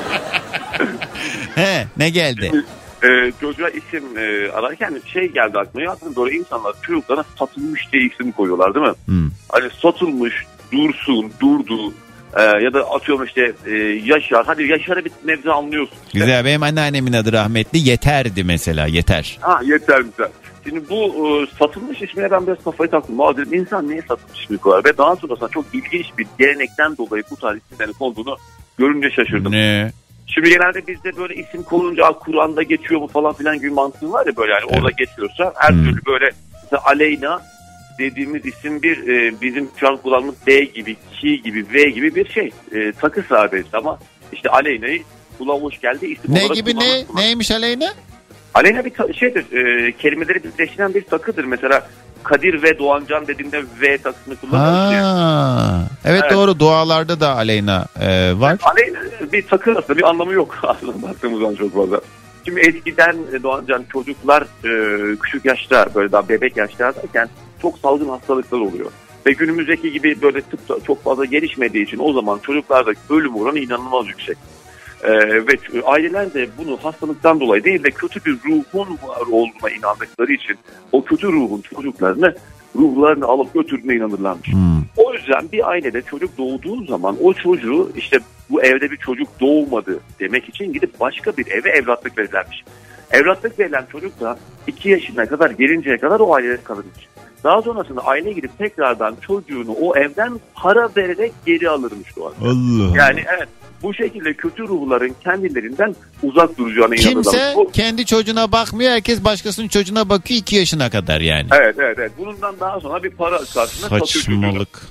He, ne geldi? Şimdi, e, çocuğa isim e, ararken şey geldi aklıma. Ya böyle insanlar çocuklara satılmış diye isim koyuyorlar değil mi? Hmm. Hani satılmış, dursun, durdu. Ee, ya da atıyorum işte e, Yaşar. Hadi Yaşar'ı bir nebze anlıyorsun. Işte. Güzel. Benim anneannemin adı rahmetli. Yeter'di mesela. Yeter. Ha Yeter güzel. Şimdi bu e, satılmış ismine ben biraz kafayı taktım. Dedim, İnsan niye satılmış ismi koyar? Ve daha sonrasında çok ilginç bir gelenekten dolayı bu tarz isimlerin konduğunu görünce şaşırdım. Ne? Şimdi genelde bizde böyle isim konunca Kur'an'da geçiyor mu falan filan gibi mantığı var ya böyle yani. Evet. Orada geçiyorsa her hmm. türlü böyle mesela Aleyna dediğimiz isim bir e, bizim şu an kullandığımız D gibi, K gibi, V gibi bir şey. E, takı sahibi ama işte Aleyna'yı kulağa hoş geldi. İsim ne gibi ne? Neymiş Aleyna? Aleyna bir ta- şeydir. E, kelimeleri birleştiren bir takıdır. Mesela Kadir ve Doğancan dediğimde V takısını kullanıyoruz ya. Evet, evet doğru. Dualarda da Aleyna e, var. Aleyna bir takı aslında bir anlamı yok aslında baktığımızdan çok fazla. Şimdi eskiden Doğancan çocuklar e, küçük yaşta böyle daha bebek yaşlardayken çok salgın hastalıklar oluyor. Ve günümüzdeki gibi böyle tıp çok fazla gelişmediği için o zaman çocuklardaki ölüm oranı inanılmaz yüksek. Ee, ve aileler de bunu hastalıktan dolayı değil de kötü bir ruhun var olduğuna inandıkları için o kötü ruhun çocuklarını ruhlarını alıp götürdüğüne inanırlarmış. Hmm. O yüzden bir ailede çocuk doğduğu zaman o çocuğu işte bu evde bir çocuk doğmadı demek için gidip başka bir eve evlatlık verirlermiş. Evlatlık verilen çocuk da iki yaşına kadar gelinceye kadar o ailede kalırmış. Daha sonrasında aile gidip tekrardan çocuğunu o evden para vererek geri alırmış doğal. Allah. Yani evet bu şekilde kötü ruhların kendilerinden uzak duracağına inanırlar. Kimse bu, kendi çocuğuna bakmıyor, herkes başkasının çocuğuna bakıyor iki yaşına kadar yani. Evet evet evet. Bundan daha sonra bir para karşılığında satıyor çocuğunu. Saçmalık.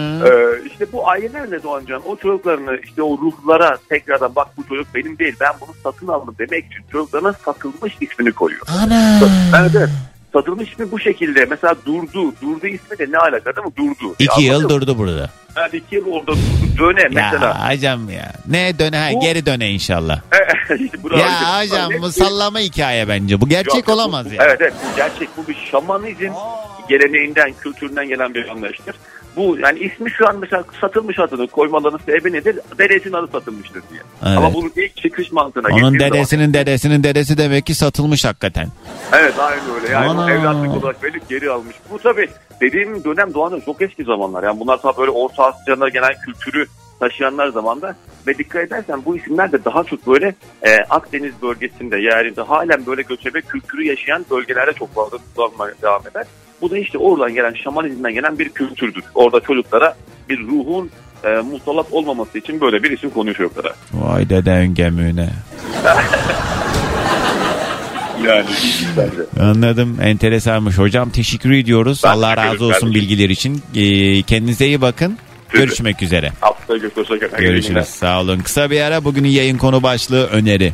Ee, işte bu ailelerle Doğancan o çocuklarını işte o ruhlara tekrardan bak bu çocuk benim değil ben bunu satın aldım demek için çocuklarına satılmış ismini koyuyor. Ana. Evet evet. Satılmış ismi bu şekilde. Mesela Durdu. Durdu ismi de ne alaka değil mi? Durdu. İki yıl durdu burada. Evet iki yıl orada durdu. Döne mesela. Ya hocam ya. Ne döne? Ha, bu... Geri döne inşallah. işte ya hocam bu sallama hikaye bence. Bu gerçek Yok, olamaz bu, ya. Evet evet. Bu gerçek. Bu bir şamanizm Aa. geleneğinden, kültüründen gelen bir anlayıştır. Bu yani ismi şu an mesela satılmış adını koymalarının sebebi nedir? Dedesinin adı satılmıştır diye. Evet. Ama bunun ilk çıkış mantığına onun dedesinin zaman... dedesinin dedesi demek ki satılmış hakikaten. Evet aynı öyle. Yani Ana. evlatlık olarak verip geri almış. Bu tabii dediğim dönem Doğan'da çok eski zamanlar. Yani bunlar tabii böyle Orta Asya'da genel kültürü taşıyanlar zamanda ve dikkat edersen bu isimler de daha çok böyle e, Akdeniz bölgesinde yani de halen böyle göçebe kültürü yaşayan bölgelerde çok fazla kullanmaya devam eder. Bu da işte oradan gelen şamanizmden gelen bir kültürdür. Orada çocuklara bir ruhun e, musallat olmaması için böyle bir isim konuyor çocuklara. Vay deden gemüne. Yani bence. Anladım. Enteresanmış. Hocam teşekkür ediyoruz. Ben Allah razı olsun kardeşim. Bilgiler için. Ee, kendinize iyi bakın. Size. Görüşmek üzere. Haftaya görüşürüz. Görüşürüz. Sağ olun. Kısa bir ara bugünün yayın konu başlığı öneri.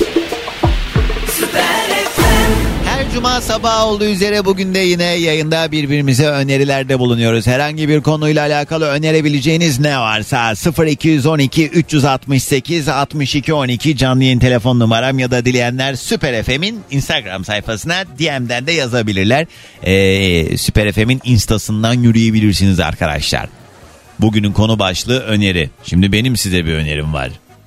Her cuma sabahı olduğu üzere bugün de yine yayında birbirimize önerilerde bulunuyoruz. Herhangi bir konuyla alakalı önerebileceğiniz ne varsa sıfır iki on iki üç altı sekiz altmış iki on iki canlı yayın telefon numaram ya da dileyenler Süper F M'in Instagram sayfasına D M'den de yazabilirler. Ee, Süper F M'in instasından yürüyebilirsiniz arkadaşlar. Bugünün konu başlığı öneri. Şimdi benim size bir önerim var.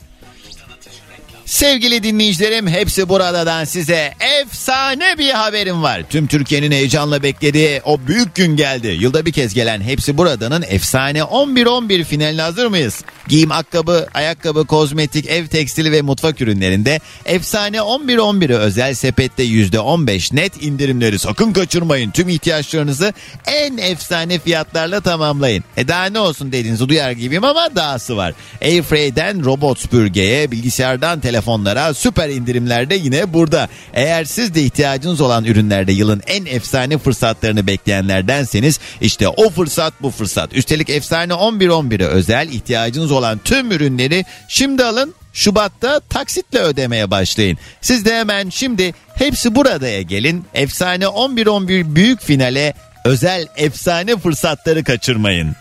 Sevgili dinleyicilerim, Hepsi Burada'dan size efsane bir haberim var. Tüm Türkiye'nin heyecanla beklediği o büyük gün geldi. Yılda bir kez gelen Hepsi Burada'nın efsane on bir on bir finaline hazır mıyız? Giyim, ayakkabı, ayakkabı, kozmetik, ev tekstili ve mutfak ürünlerinde efsane on bir on biri özel sepette yüzde on beş net indirimleri sakın kaçırmayın. Tüm ihtiyaçlarınızı en efsane fiyatlarla tamamlayın. E daha ne olsun dediğinizi duyar gibiyim ama dahası var. Airfry'den robot süpürgeye, bilgisayardan telefonlara süper indirimler de yine burada. Eğer siz de ihtiyacınız olan ürünlerde yılın en efsane fırsatlarını bekleyenlerdenseniz işte o fırsat bu fırsat. Üstelik efsane on bir on bire özel ihtiyacınız olan tüm ürünleri şimdi alın. Şubat'ta taksitle ödemeye başlayın. Siz de hemen şimdi Hepsi Burada'ya gelin. Efsane on bir on bir büyük finale özel efsane fırsatları kaçırmayın.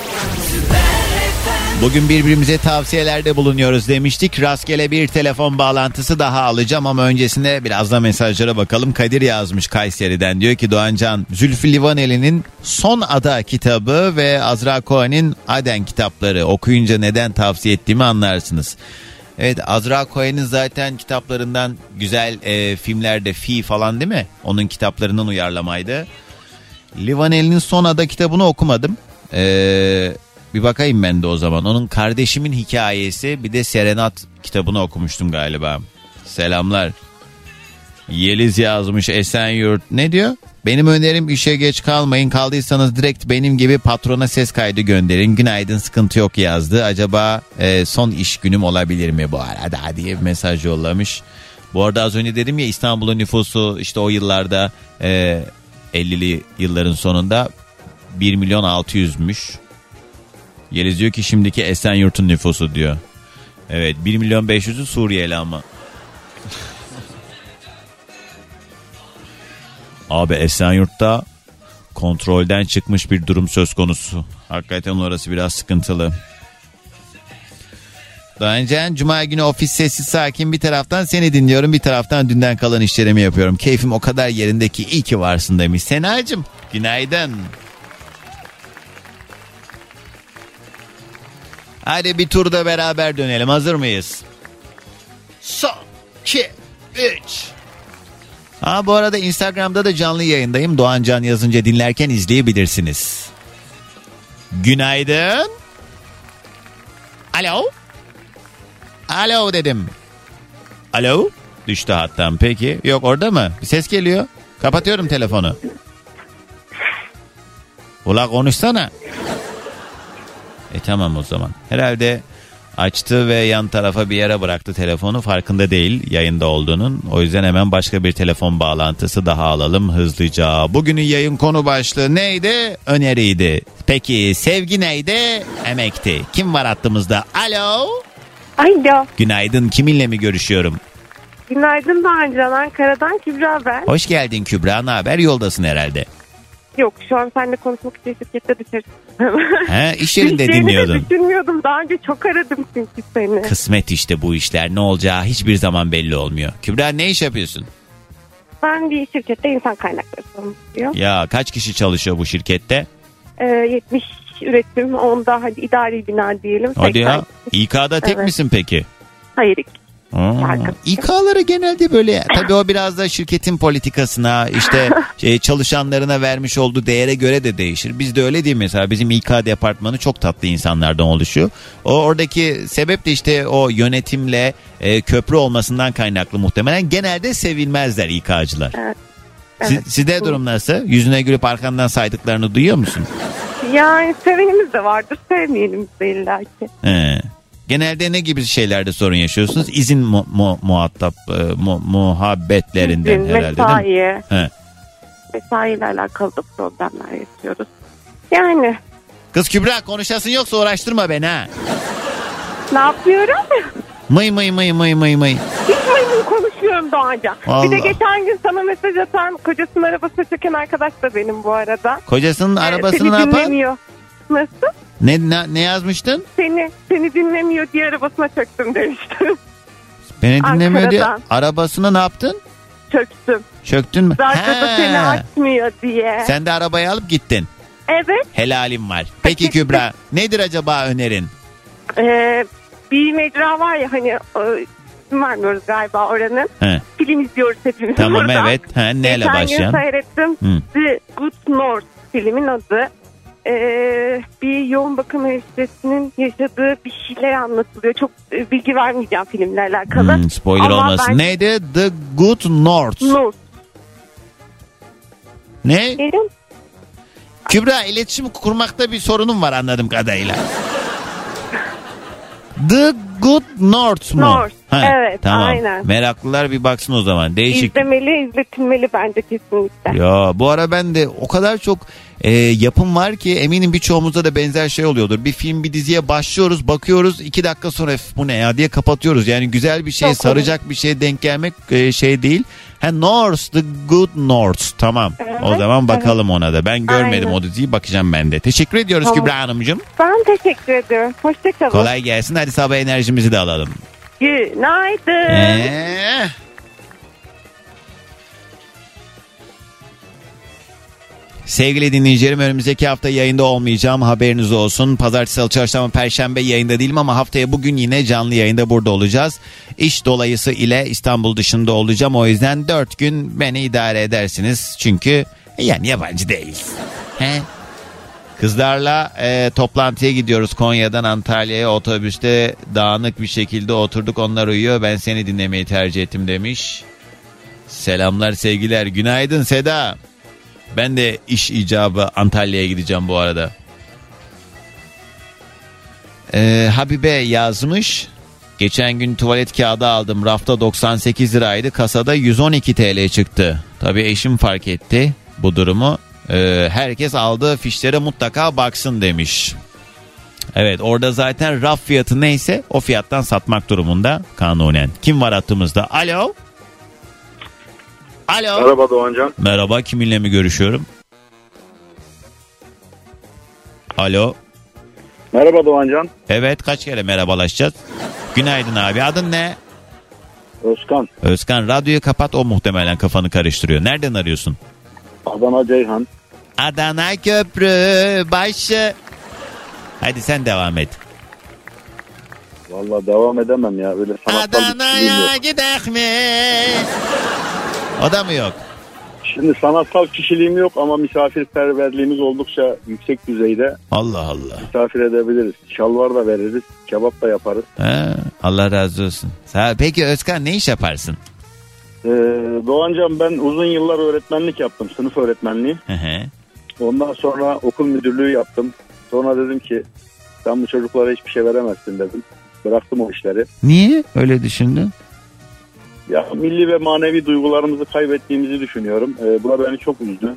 Bugün birbirimize tavsiyelerde bulunuyoruz demiştik. Rastgele bir telefon bağlantısı daha alacağım ama öncesinde biraz da mesajlara bakalım. Kadir yazmış Kayseri'den, diyor ki Doğancan, Zülfü Livaneli'nin Son Ada kitabı ve Azra Cohen'in Aden kitapları okuyunca neden tavsiye ettiğimi anlarsınız. Evet, Azra Cohen'in zaten kitaplarından güzel e, filmlerde Fi falan değil mi? Onun kitaplarından uyarlamaydı. Livaneli'nin Son Ada kitabını okumadım. Eee... Bir bakayım ben de o zaman. Onun Kardeşimin Hikayesi, bir de Serenat kitabını okumuştum galiba. Selamlar. Yeliz yazmış Esenyurt. Ne diyor? Benim önerim işe geç kalmayın. Kaldıysanız direkt benim gibi patrona ses kaydı gönderin. Günaydın, sıkıntı yok yazdı. Acaba e, son iş günüm olabilir mi bu arada diye bir mesaj yollamış. Bu arada az önce dedim ya, İstanbul'un nüfusu işte o yıllarda e, ellili yılların sonunda bir milyon altı yüzmüş. Yeliz diyor ki şimdiki Esenyurt'un nüfusu diyor. Evet, bir milyon beş yüzü Suriyeli ama. Abi Esenyurt'ta kontrolden çıkmış bir durum söz konusu. Hakikaten orası biraz sıkıntılı. Daha önce Cuma günü ofis sessiz sakin, bir taraftan seni dinliyorum, bir taraftan dünden kalan işlerimi yapıyorum. Keyfim o kadar yerinde ki iyi ki varsın demiş. Senacığım günaydın. Hadi bir turda beraber dönelim. Hazır mıyız? Son, iki, üç. Ha, bu arada Instagram'da da canlı yayındayım. Doğan Can yazınca dinlerken izleyebilirsiniz. Günaydın. Alo. Alo dedim. Alo. Düştü hattan. Peki. Yok, orada mı? Bir ses geliyor. Kapatıyorum telefonu. Ula konuşsana. E tamam o zaman. Herhalde açtı ve yan tarafa bir yere bıraktı telefonu. Farkında değil yayında olduğunun. O yüzden hemen başka bir telefon bağlantısı daha alalım hızlıca. Bugünün yayın konu başlığı neydi? Öneriydi. Peki sevgi neydi? Emekti. Kim var hattımızda? Alo. Alo. Günaydın. Kiminle mi görüşüyorum? Günaydın Doğancan. Ankara'dan Kübra ben. Hoş geldin Kübra. Ne haber? Yoldasın herhalde. Yok, şu an seninle konuşmak için şirkette dışarı çıktım. He, iş yerinde dinliyordun. Hiç düşünmüyordum. Daha önce çok aradım çünkü seni. Kısmet işte bu işler. Ne olacağı hiçbir zaman belli olmuyor. Kübra, ne iş yapıyorsun? Ben bir şirkette insan kaynakları sorumlusuyum. Ya kaç kişi çalışıyor bu şirkette? Ee, yetmiş üretim. Onda hadi idari bina diyelim. Hadi ya. İK'da tek evet. misin peki? Hayır, iki. İK'ları genelde böyle, tabii o biraz da şirketin politikasına, işte şey, çalışanlarına vermiş olduğu değere göre de değişir. Bizde öyle değil mesela, bizim İK departmanı çok tatlı insanlardan oluşuyor. O oradaki sebep de işte o yönetimle e, köprü olmasından kaynaklı muhtemelen. Genelde sevilmezler İK'cılar. Evet. Evet. Siz, sizde durum nasıl? Yüzüne gülüp arkandan saydıklarını duyuyor musun? Yani sevenimiz de vardır, sevmeyenimiz de illa ki. He. Genelde ne gibi şeylerde sorun yaşıyorsunuz? İzin mu- mu- muhatap mu- muhabbetlerinden İzin, herhalde mesai. değil mi? He. Mesaiyle alakalı da problemler yaşıyoruz. Yani. Kız Kübra, konuşasın yoksa uğraştırma beni ha. Ne yapıyorum? Mıy mıy mıy mıy mıy mıy. Hiç mıy mıy konuşuyorum Doğancan. Bir de geçen gün sana mesaj atan, kocasının arabasına çeken arkadaş da benim bu arada. Kocasının ee, arabasını ne yapar? Dinlemiyor. Nasıl? Ne, ne, ne yazmıştın? Seni seni dinlemiyor diye arabasına çöktüm demiştim. Beni dinlemiyor diye arabasına ne yaptın? Çöktüm. Çöktün mü? Zaten seni açmıyor diye. Sen de arabayı alıp gittin. Evet. Helalim var. Peki Kübra, nedir acaba önerin? Ee, bir mecra var ya hani isim vermiyoruz galiba oranın. He. Film izliyoruz hepimiz Tamam burada. evet. Ha, neyle başlayan? Geçen gün seyrettim. Hı. The Good North filmin adı. Ee, bir yoğun bakım hemşiresinin yaşadığı bir şeyler anlatılıyor. Çok e, bilgi vermeyeceğim filmle alakalı. Hmm, spoiler Ama olmasın. ben... Neydi? The Good North. North. Ne? Benim... Kübra, iletişim kurmakta bir sorunum var anladığım kadarıyla. The Good North mu? North. Ha, evet tamam. aynen. Meraklılar bir baksın o zaman. Değişik. İzlemeli, izletilmeli bence kesinlikle. Ya bu ara ben de o kadar çok e, yapım var ki eminim birçoğumuzda da benzer şey oluyordur. Bir film, bir diziye başlıyoruz, bakıyoruz, iki dakika sonra bu ne ya diye kapatıyoruz. Yani güzel bir şey, çok saracak olur. Bir şeye denk gelmek e, şey değil. Ha, North, The Good North. Tamam. Evet, o zaman bakalım evet. Ona da. Ben görmedim aynen. O diziyi, bakacağım ben de. Teşekkür ediyoruz tamam. Kübra Hanımcığım. Ben teşekkür ediyorum. Hoşçakalın. Kolay gelsin. Hadi sabah enerjimizi de alalım. Günaydın. Ee? Sevgili dinleyicilerim, önümüzdeki hafta yayında olmayacağım, haberiniz olsun. Pazartesi, Salı, Çarşamba, Perşembe yayında değilim ama haftaya bugün yine canlı yayında burada olacağız. İş dolayısı ile İstanbul dışında olacağım, o yüzden dört gün beni idare edersiniz. Çünkü yani yabancı değiliz. He? Kızlarla e, toplantıya gidiyoruz Konya'dan Antalya'ya, otobüste dağınık bir şekilde oturduk, onlar uyuyor, ben seni dinlemeyi tercih ettim demiş. Selamlar, sevgiler, günaydın Seda. Ben de iş icabı Antalya'ya gideceğim bu arada. Ee, Habibe yazmış. Geçen gün tuvalet kağıdı aldım. Rafta doksan sekiz liraydı. Kasada yüz on iki TL çıktı. Tabii eşim fark etti bu durumu. Ee, herkes aldığı fişlere mutlaka baksın demiş. Evet, orada zaten raf fiyatı neyse o fiyattan satmak durumunda kanunen. Kim var hattımızda? Alo. Alo. Merhaba Doğancan. Merhaba, kiminle mi görüşüyorum? Alo. Merhaba Doğancan. Evet, kaç kere merhabalaşacağız? Günaydın abi, adın ne? Özkan. Özkan, radyoyu kapat, o muhtemelen kafanı karıştırıyor. Nereden arıyorsun? Adana Ceyhan. Adana Köprü başı. Hadi sen devam et. Vallahi devam edemem ya, böyle sanatsal Adana'ya gidek mi? O da mı yok? Şimdi sanatsal kişiliğim yok ama misafirperverliğimiz oldukça yüksek düzeyde. Allah Allah. Misafir edebiliriz. Şalvar da veririz. Kebap da yaparız. Ha, Allah razı olsun. Peki Özkan, ne iş yaparsın? Ee, Doğancan, ben uzun yıllar öğretmenlik yaptım. Sınıf öğretmenliği. Hı hı. Ondan sonra okul müdürlüğü yaptım. Sonra dedim ki sen bu çocuklara hiçbir şey veremezsin dedim. Bıraktım o işleri. Niye öyle düşündün? Ya milli ve manevi duygularımızı kaybettiğimizi düşünüyorum. Ee, bu da beni çok üzdü.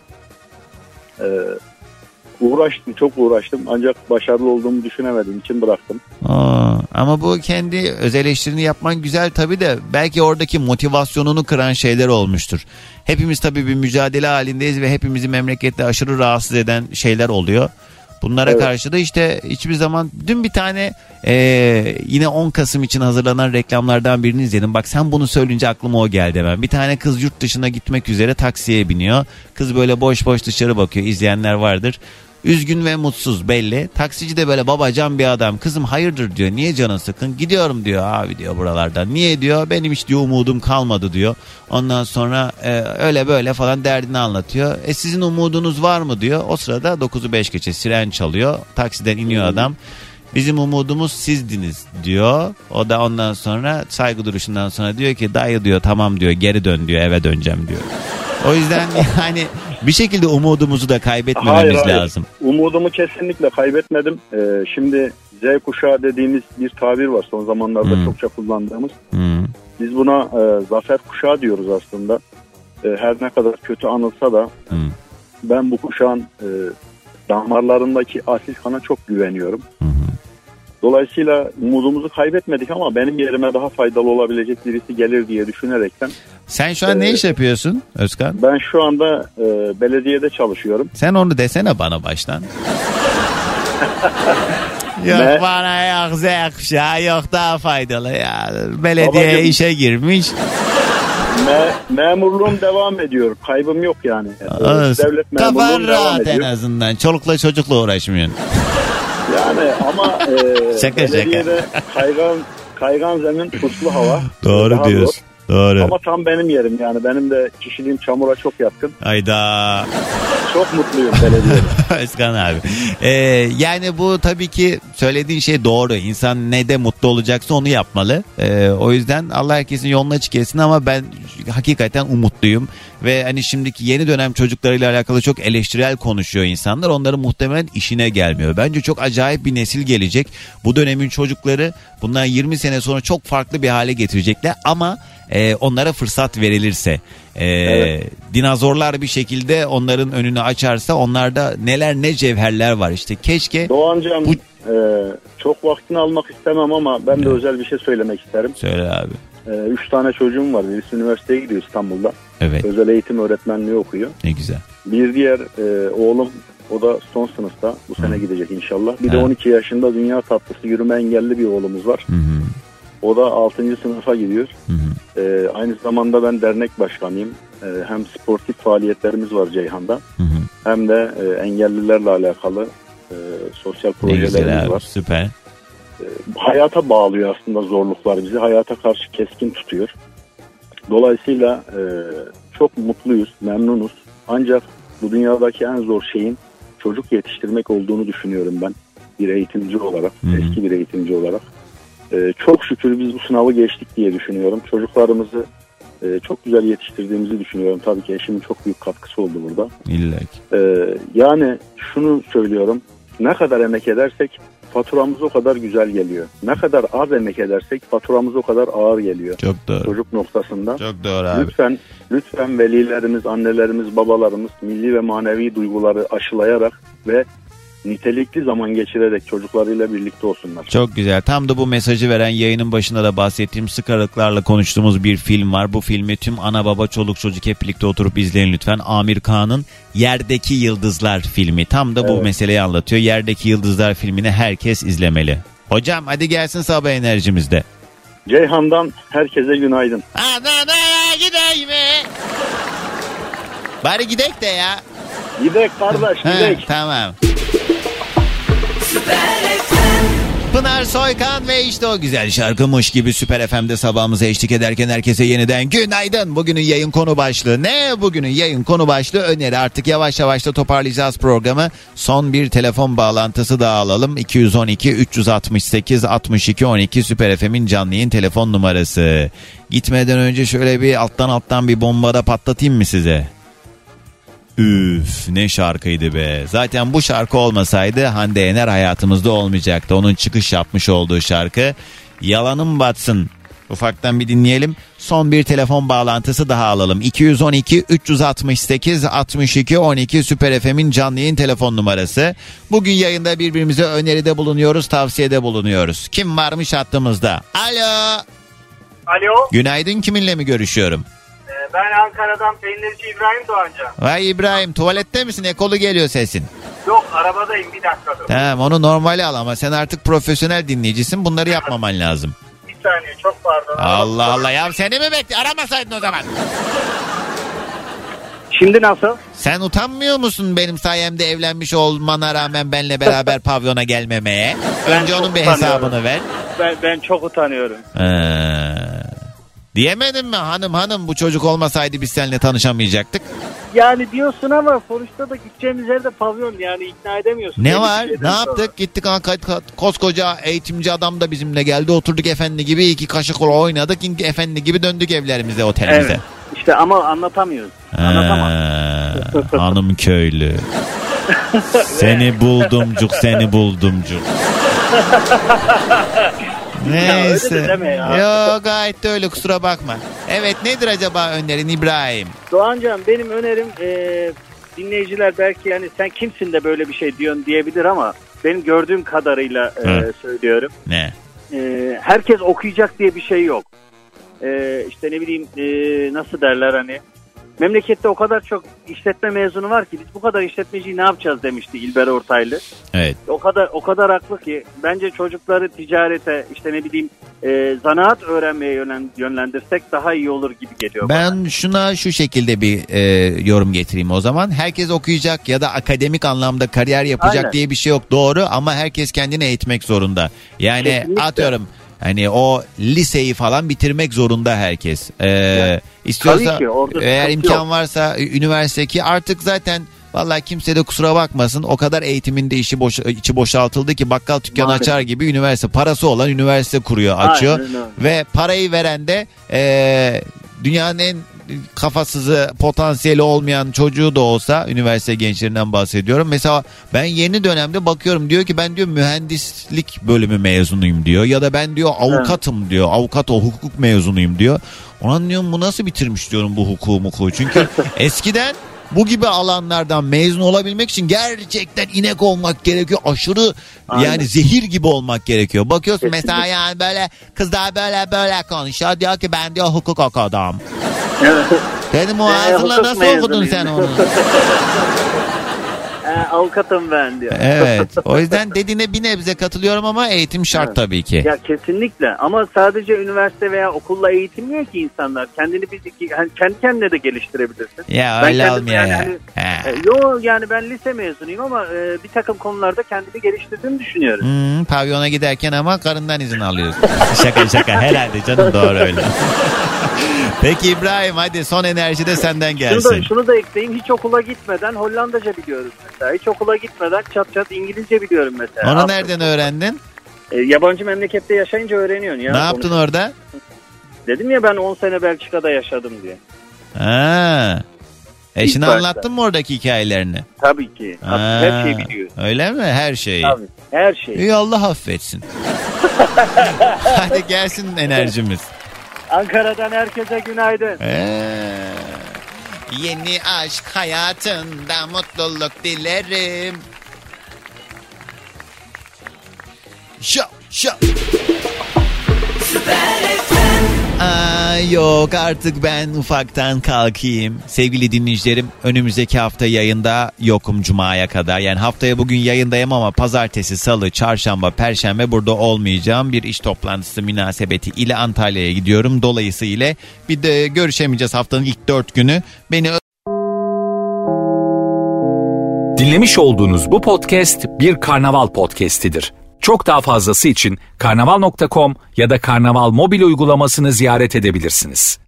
Ee, uğraştım, çok uğraştım. Ancak başarılı olduğumu düşünemediğim için bıraktım. Aa, ama bu kendi öz eleştirini yapman güzel tabii de belki oradaki motivasyonunu kıran şeyler olmuştur. Hepimiz tabii bir mücadele halindeyiz ve hepimizi memlekette aşırı rahatsız eden şeyler oluyor. Bunlara evet. Karşı da işte hiçbir zaman, dün bir tane e, yine on Kasım için hazırlanan reklamlardan birini izledim. Bak sen bunu söyleyince aklıma o geldi hemen. Bir tane kız yurt dışına gitmek üzere taksiye biniyor. Kız böyle boş boş dışarı bakıyor. İzleyenler vardır. Üzgün ve mutsuz belli. Taksici de böyle babacan bir adam. Kızım hayırdır diyor. Niye canın sıkın? Gidiyorum diyor abi diyor buralardan. Niye diyor? Benim hiç diyor umudum kalmadı diyor. Ondan sonra e, öyle böyle falan derdini anlatıyor. E sizin umudunuz var mı diyor. O sırada dokuzu beş geçe siren çalıyor. Taksiden iniyor adam. Bizim umudumuz sizdiniz diyor. O da ondan sonra saygı duruşundan sonra diyor ki dayı diyor tamam diyor, geri dön diyor, eve döneceğim diyor. O yüzden yani bir şekilde umudumuzu da kaybetmememiz hayır, lazım. Hayır. Umudumu kesinlikle kaybetmedim. Ee, şimdi Z kuşağı dediğimiz bir tabir var son zamanlarda hmm. çokça kullandığımız. Hmm. Biz buna e, zafer kuşağı diyoruz aslında. E, her ne kadar kötü anılsa da hmm. ben bu kuşağın e, damarlarındaki asil kana çok güveniyorum. Hmm. Dolayısıyla umudumuzu kaybetmedik ama benim yerime daha faydalı olabilecek birisi gelir diye düşünerekten. Sen şu an e, ne iş yapıyorsun Özkan? Ben şu anda e, belediyede çalışıyorum. Sen onu desene bana baştan. Yok ne? Bana yok Z kuşağı yok daha faydalı ya. Belediye babacığım, işe girmiş. Me, memurluğum devam ediyor. Kaybım yok yani. Devlet memurluğum Kafan devam ediyor. En azından. Çolukla çocukla uğraşmıyorsun. Yani ama e, şaka, belediyede şaka. kaygan kaygan zemin, puslu hava. Doğru Daha diyorsun. zor. Doğru. Ama tam benim yerim yani. Benim de kişiliğim çamura çok yatkın. Hayda. Çok mutluyum belediyede. Özkan abi. Ee, yani bu tabii ki söylediğin şey doğru. İnsan ne de mutlu olacaksa onu yapmalı. Ee, o yüzden Allah herkesin yolunu açık etsin ama ben hakikaten umutluyum. Ve hani şimdiki yeni dönem çocuklarıyla alakalı çok eleştirel konuşuyor insanlar. Onların muhtemelen işine gelmiyor. Bence çok acayip bir nesil gelecek. Bu dönemin çocukları bundan yirmi sene sonra çok farklı bir hale getirecekler. Ama e, onlara fırsat verilirse... Ee, evet. Dinozorlar bir şekilde onların önünü açarsa onlarda neler ne cevherler var işte keşke. Doğancığım bu... e, çok vaktini almak istemem ama ben de evet. özel bir şey söylemek isterim. Söyle abi. E, üç tane çocuğum var, birisi üniversiteye gidiyor İstanbul'da. Evet. Özel eğitim öğretmenliği okuyor. Ne güzel. Bir diğer e, oğlum o da son sınıfta bu sene Hı. gidecek inşallah. Bir ha. de on iki yaşında dünya tatlısı yürüme engelli bir oğlumuz var. Hı hı. O da altıncı sınıfa gidiyor. Hı hı. Ee, aynı zamanda ben dernek başkanıyım. Ee, hem sportif faaliyetlerimiz var Ceyhan'da. Hı hı. Hem de e, engellilerle alakalı e, sosyal projelerimiz var. Süper. Ee, hayata bağlıyor aslında zorluklar bizi. Hayata karşı keskin tutuyor. Dolayısıyla e, çok mutluyuz, memnunuz. Ancak bu dünyadaki en zor şeyin çocuk yetiştirmek olduğunu düşünüyorum ben. Bir eğitimci olarak, hı hı. eski bir eğitimci olarak. Ee, çok şükür biz bu sınavı geçtik diye düşünüyorum. Çocuklarımızı e, çok güzel yetiştirdiğimizi düşünüyorum. Tabii ki eşimin çok büyük katkısı oldu burada. İlla ki. Ee, yani şunu söylüyorum. Ne kadar emek edersek faturamız o kadar güzel geliyor. Ne kadar az emek edersek faturamız o kadar ağır geliyor. Çok doğru. Çocuk noktasında. Çok doğru abi. Lütfen, lütfen velilerimiz, annelerimiz, babalarımız milli ve manevi duyguları aşılayarak ve nitelikli zaman geçirerek çocuklarıyla birlikte olsunlar. Çok güzel. Tam da bu mesajı veren yayının başında da bahsettiğim sık aralıklarla konuştuğumuz bir film var. Bu filmi tüm ana baba çoluk çocuk hep birlikte oturup izleyin lütfen. Amir Kağan'ın Yerdeki Yıldızlar filmi. Tam da bu evet. meseleyi anlatıyor. Yerdeki Yıldızlar filmini herkes izlemeli. Hocam hadi gelsin sabah enerjimizde. Ceyhan'dan herkese günaydın. Adana'ya gideyim mi? Bari gidek de ya. Gidek kardeş gidek. Tamam. Pınar Soykan ve işte o güzel şarkımış gibi Süper F M'de sabahımıza eşlik ederken herkese yeniden günaydın. Bugünün yayın konu başlığı ne? Bugünün yayın konu başlığı öneri. Artık yavaş yavaş da toparlayacağız programı. Son bir telefon bağlantısı daha alalım. iki yüz on iki üç yüz altmış sekiz altmış iki on iki Süper F M'in canlı yayın telefon numarası. Gitmeden önce şöyle bir alttan alttan bir bomba da patlatayım mı size? Üf ne şarkıydı be. Zaten bu şarkı olmasaydı Hande Yener hayatımızda olmayacaktı. Onun çıkış yapmış olduğu şarkı Yalanım Batsın. Ufaktan bir dinleyelim. Son bir telefon bağlantısı daha alalım. iki yüz on iki üç yüz altmış sekiz altmış iki on iki Süper F M'in canlı yayın telefon numarası. Bugün yayında birbirimize öneride bulunuyoruz, tavsiyede bulunuyoruz. Kim varmış hattımızda? Alo. Alo. Günaydın, kiminle mi görüşüyorum? Ben Ankara'dan peynirci İbrahim Doğanca. Vay İbrahim, tuvalette misin? Ekolu geliyor sesin. Yok, arabadayım, bir dakika dur. Tamam, onu normale al ama sen artık profesyonel dinleyicisin. Bunları yapmaman lazım. Bir saniye, çok pardon. Allah Allah ya, seni mi bekle? Aramasaydın o zaman. Şimdi nasıl? Sen utanmıyor musun benim sayemde evlenmiş olmana rağmen benimle beraber pavyona gelmemeye? Önce onun bir hesabını ver. Ben, ben çok utanıyorum. Ee... Diyemedin mi hanım hanım bu çocuk olmasaydı biz seninle tanışamayacaktık? Yani diyorsun ama sonuçta da gideceğimiz yerde pavyon, yani ikna edemiyorsun. Ne Benim var ne yaptık sonra. Gittik koskoca eğitimci adam da bizimle geldi, oturduk efendi gibi iki kaşık oynadık, efendi gibi döndük evlerimize, otelimize. Evet işte ama anlatamıyoruz. Anlatamam. Hanım köylü. Seni buldumcuk seni buldumcuk. Neyse. Ya, Yok gayet de öyle, kusura bakma. Evet, nedir acaba önerin İbrahim? Doğancan, benim önerim e, dinleyiciler belki yani sen kimsin de böyle bir şey diyorsun diyebilir ama benim gördüğüm kadarıyla e, söylüyorum. Ne? E, herkes okuyacak diye bir şey yok. E, işte ne bileyim e, nasıl derler hani. Memlekette o kadar çok işletme mezunu var ki biz bu kadar işletmeciyi ne yapacağız demişti İlber Ortaylı. Evet. O kadar o kadar haklı ki bence çocukları ticarete, işte ne bileyim e, zanaat öğrenmeye yönlen, yönlendirsek daha iyi olur gibi geliyor ben bana. Şuna şu şekilde bir e, yorum getireyim o zaman. Herkes okuyacak ya da akademik anlamda kariyer yapacak Aynen. diye bir şey yok, doğru, ama herkes kendini eğitmek zorunda. Yani Kesinlikle. atıyorum Hani o liseyi falan bitirmek zorunda herkes. Ee, yani, istiyorsa ki, eğer imkan yok. varsa üniversiteki artık zaten vallahi kimse de kusura bakmasın o kadar eğitiminde işi boş, içi boşaltıldı ki bakkal dükkanı Maalesef. açar gibi üniversite parası olan üniversite kuruyor açıyor. Aynen öyle. Ve parayı veren de ee, dünyanın en kafasızı potansiyeli olmayan çocuğu da olsa üniversite gençlerinden bahsediyorum. Mesela ben yeni dönemde bakıyorum diyor ki ben diyor mühendislik bölümü mezunuyum diyor ya da ben diyor avukatım evet. diyor avukat o hukuk mezunuyum diyor. Ona diyorum bu nasıl bitirmiş diyorum bu hukuku mukuku çünkü eskiden bu gibi alanlardan mezun olabilmek için gerçekten inek olmak gerekiyor. Aşırı Aynen. yani zehir gibi olmak gerekiyor. Bakıyorsun Kesinlikle. mesela yani böyle kızlar böyle böyle konuşuyor. Diyor ki ben diyor hukuk okudum. Evet. Dedim o ağzınla nasıl mezunuyum. Okudun sen onu? e, avukatım ben diyor. Evet. O yüzden dediğine bir nebze katılıyorum ama eğitim şart evet. tabii ki. Ya kesinlikle ama sadece üniversite veya okulla eğitilmiyor ki insanlar. Kendini bir, kendi kendine de geliştirebilirsin. Ya ben öyle olmuyor yani, ya. Hani, e, yo yani ben lise mezunuyum ama e, bir takım konularda kendimi geliştirdiğimi düşünüyorum. Hmm, pavyona giderken ama karından izin alıyorsun. şaka şaka herhalde canım doğru öyle. Peki İbrahim hadi son enerji de senden gelsin. Şunu da, şunu da ekleyeyim hiç okula gitmeden Hollandaca biliyoruz mesela. Hiç okula gitmeden çat çat İngilizce biliyorum mesela. Onu Aslında. nereden öğrendin? E, yabancı memlekette yaşayınca öğreniyorsun ya. Ne yaptın Onu... orada? Dedim ya ben on sene Belçika'da yaşadım diye. Ha. Eşine anlattın mı oradaki hikayelerini? Tabii ki. Ha. Her şeyi biliyor. Öyle mi? Her şeyi. Tabii. Her şeyi. İyi Allah affetsin. Hadi gelsin enerjimiz. Ankara'dan herkese günaydın. Ee, yeni aşk hayatında mutluluk dilerim. Şo şo. Aa, yok artık ben ufaktan kalkayım. Sevgili dinleyicilerim önümüzdeki hafta yayında yokum Cuma'ya kadar. Yani haftaya bugün yayındayım ama pazartesi, salı, çarşamba, perşembe burada olmayacağım. Bir iş toplantısı münasebeti ile Antalya'ya gidiyorum. Dolayısıyla bir de görüşemeyeceğiz haftanın ilk dört günü. Beni Dinlemiş olduğunuz bu podcast bir karnaval podcastidir. Çok daha fazlası için karnaval nokta com ya da karnaval mobil uygulamasını ziyaret edebilirsiniz.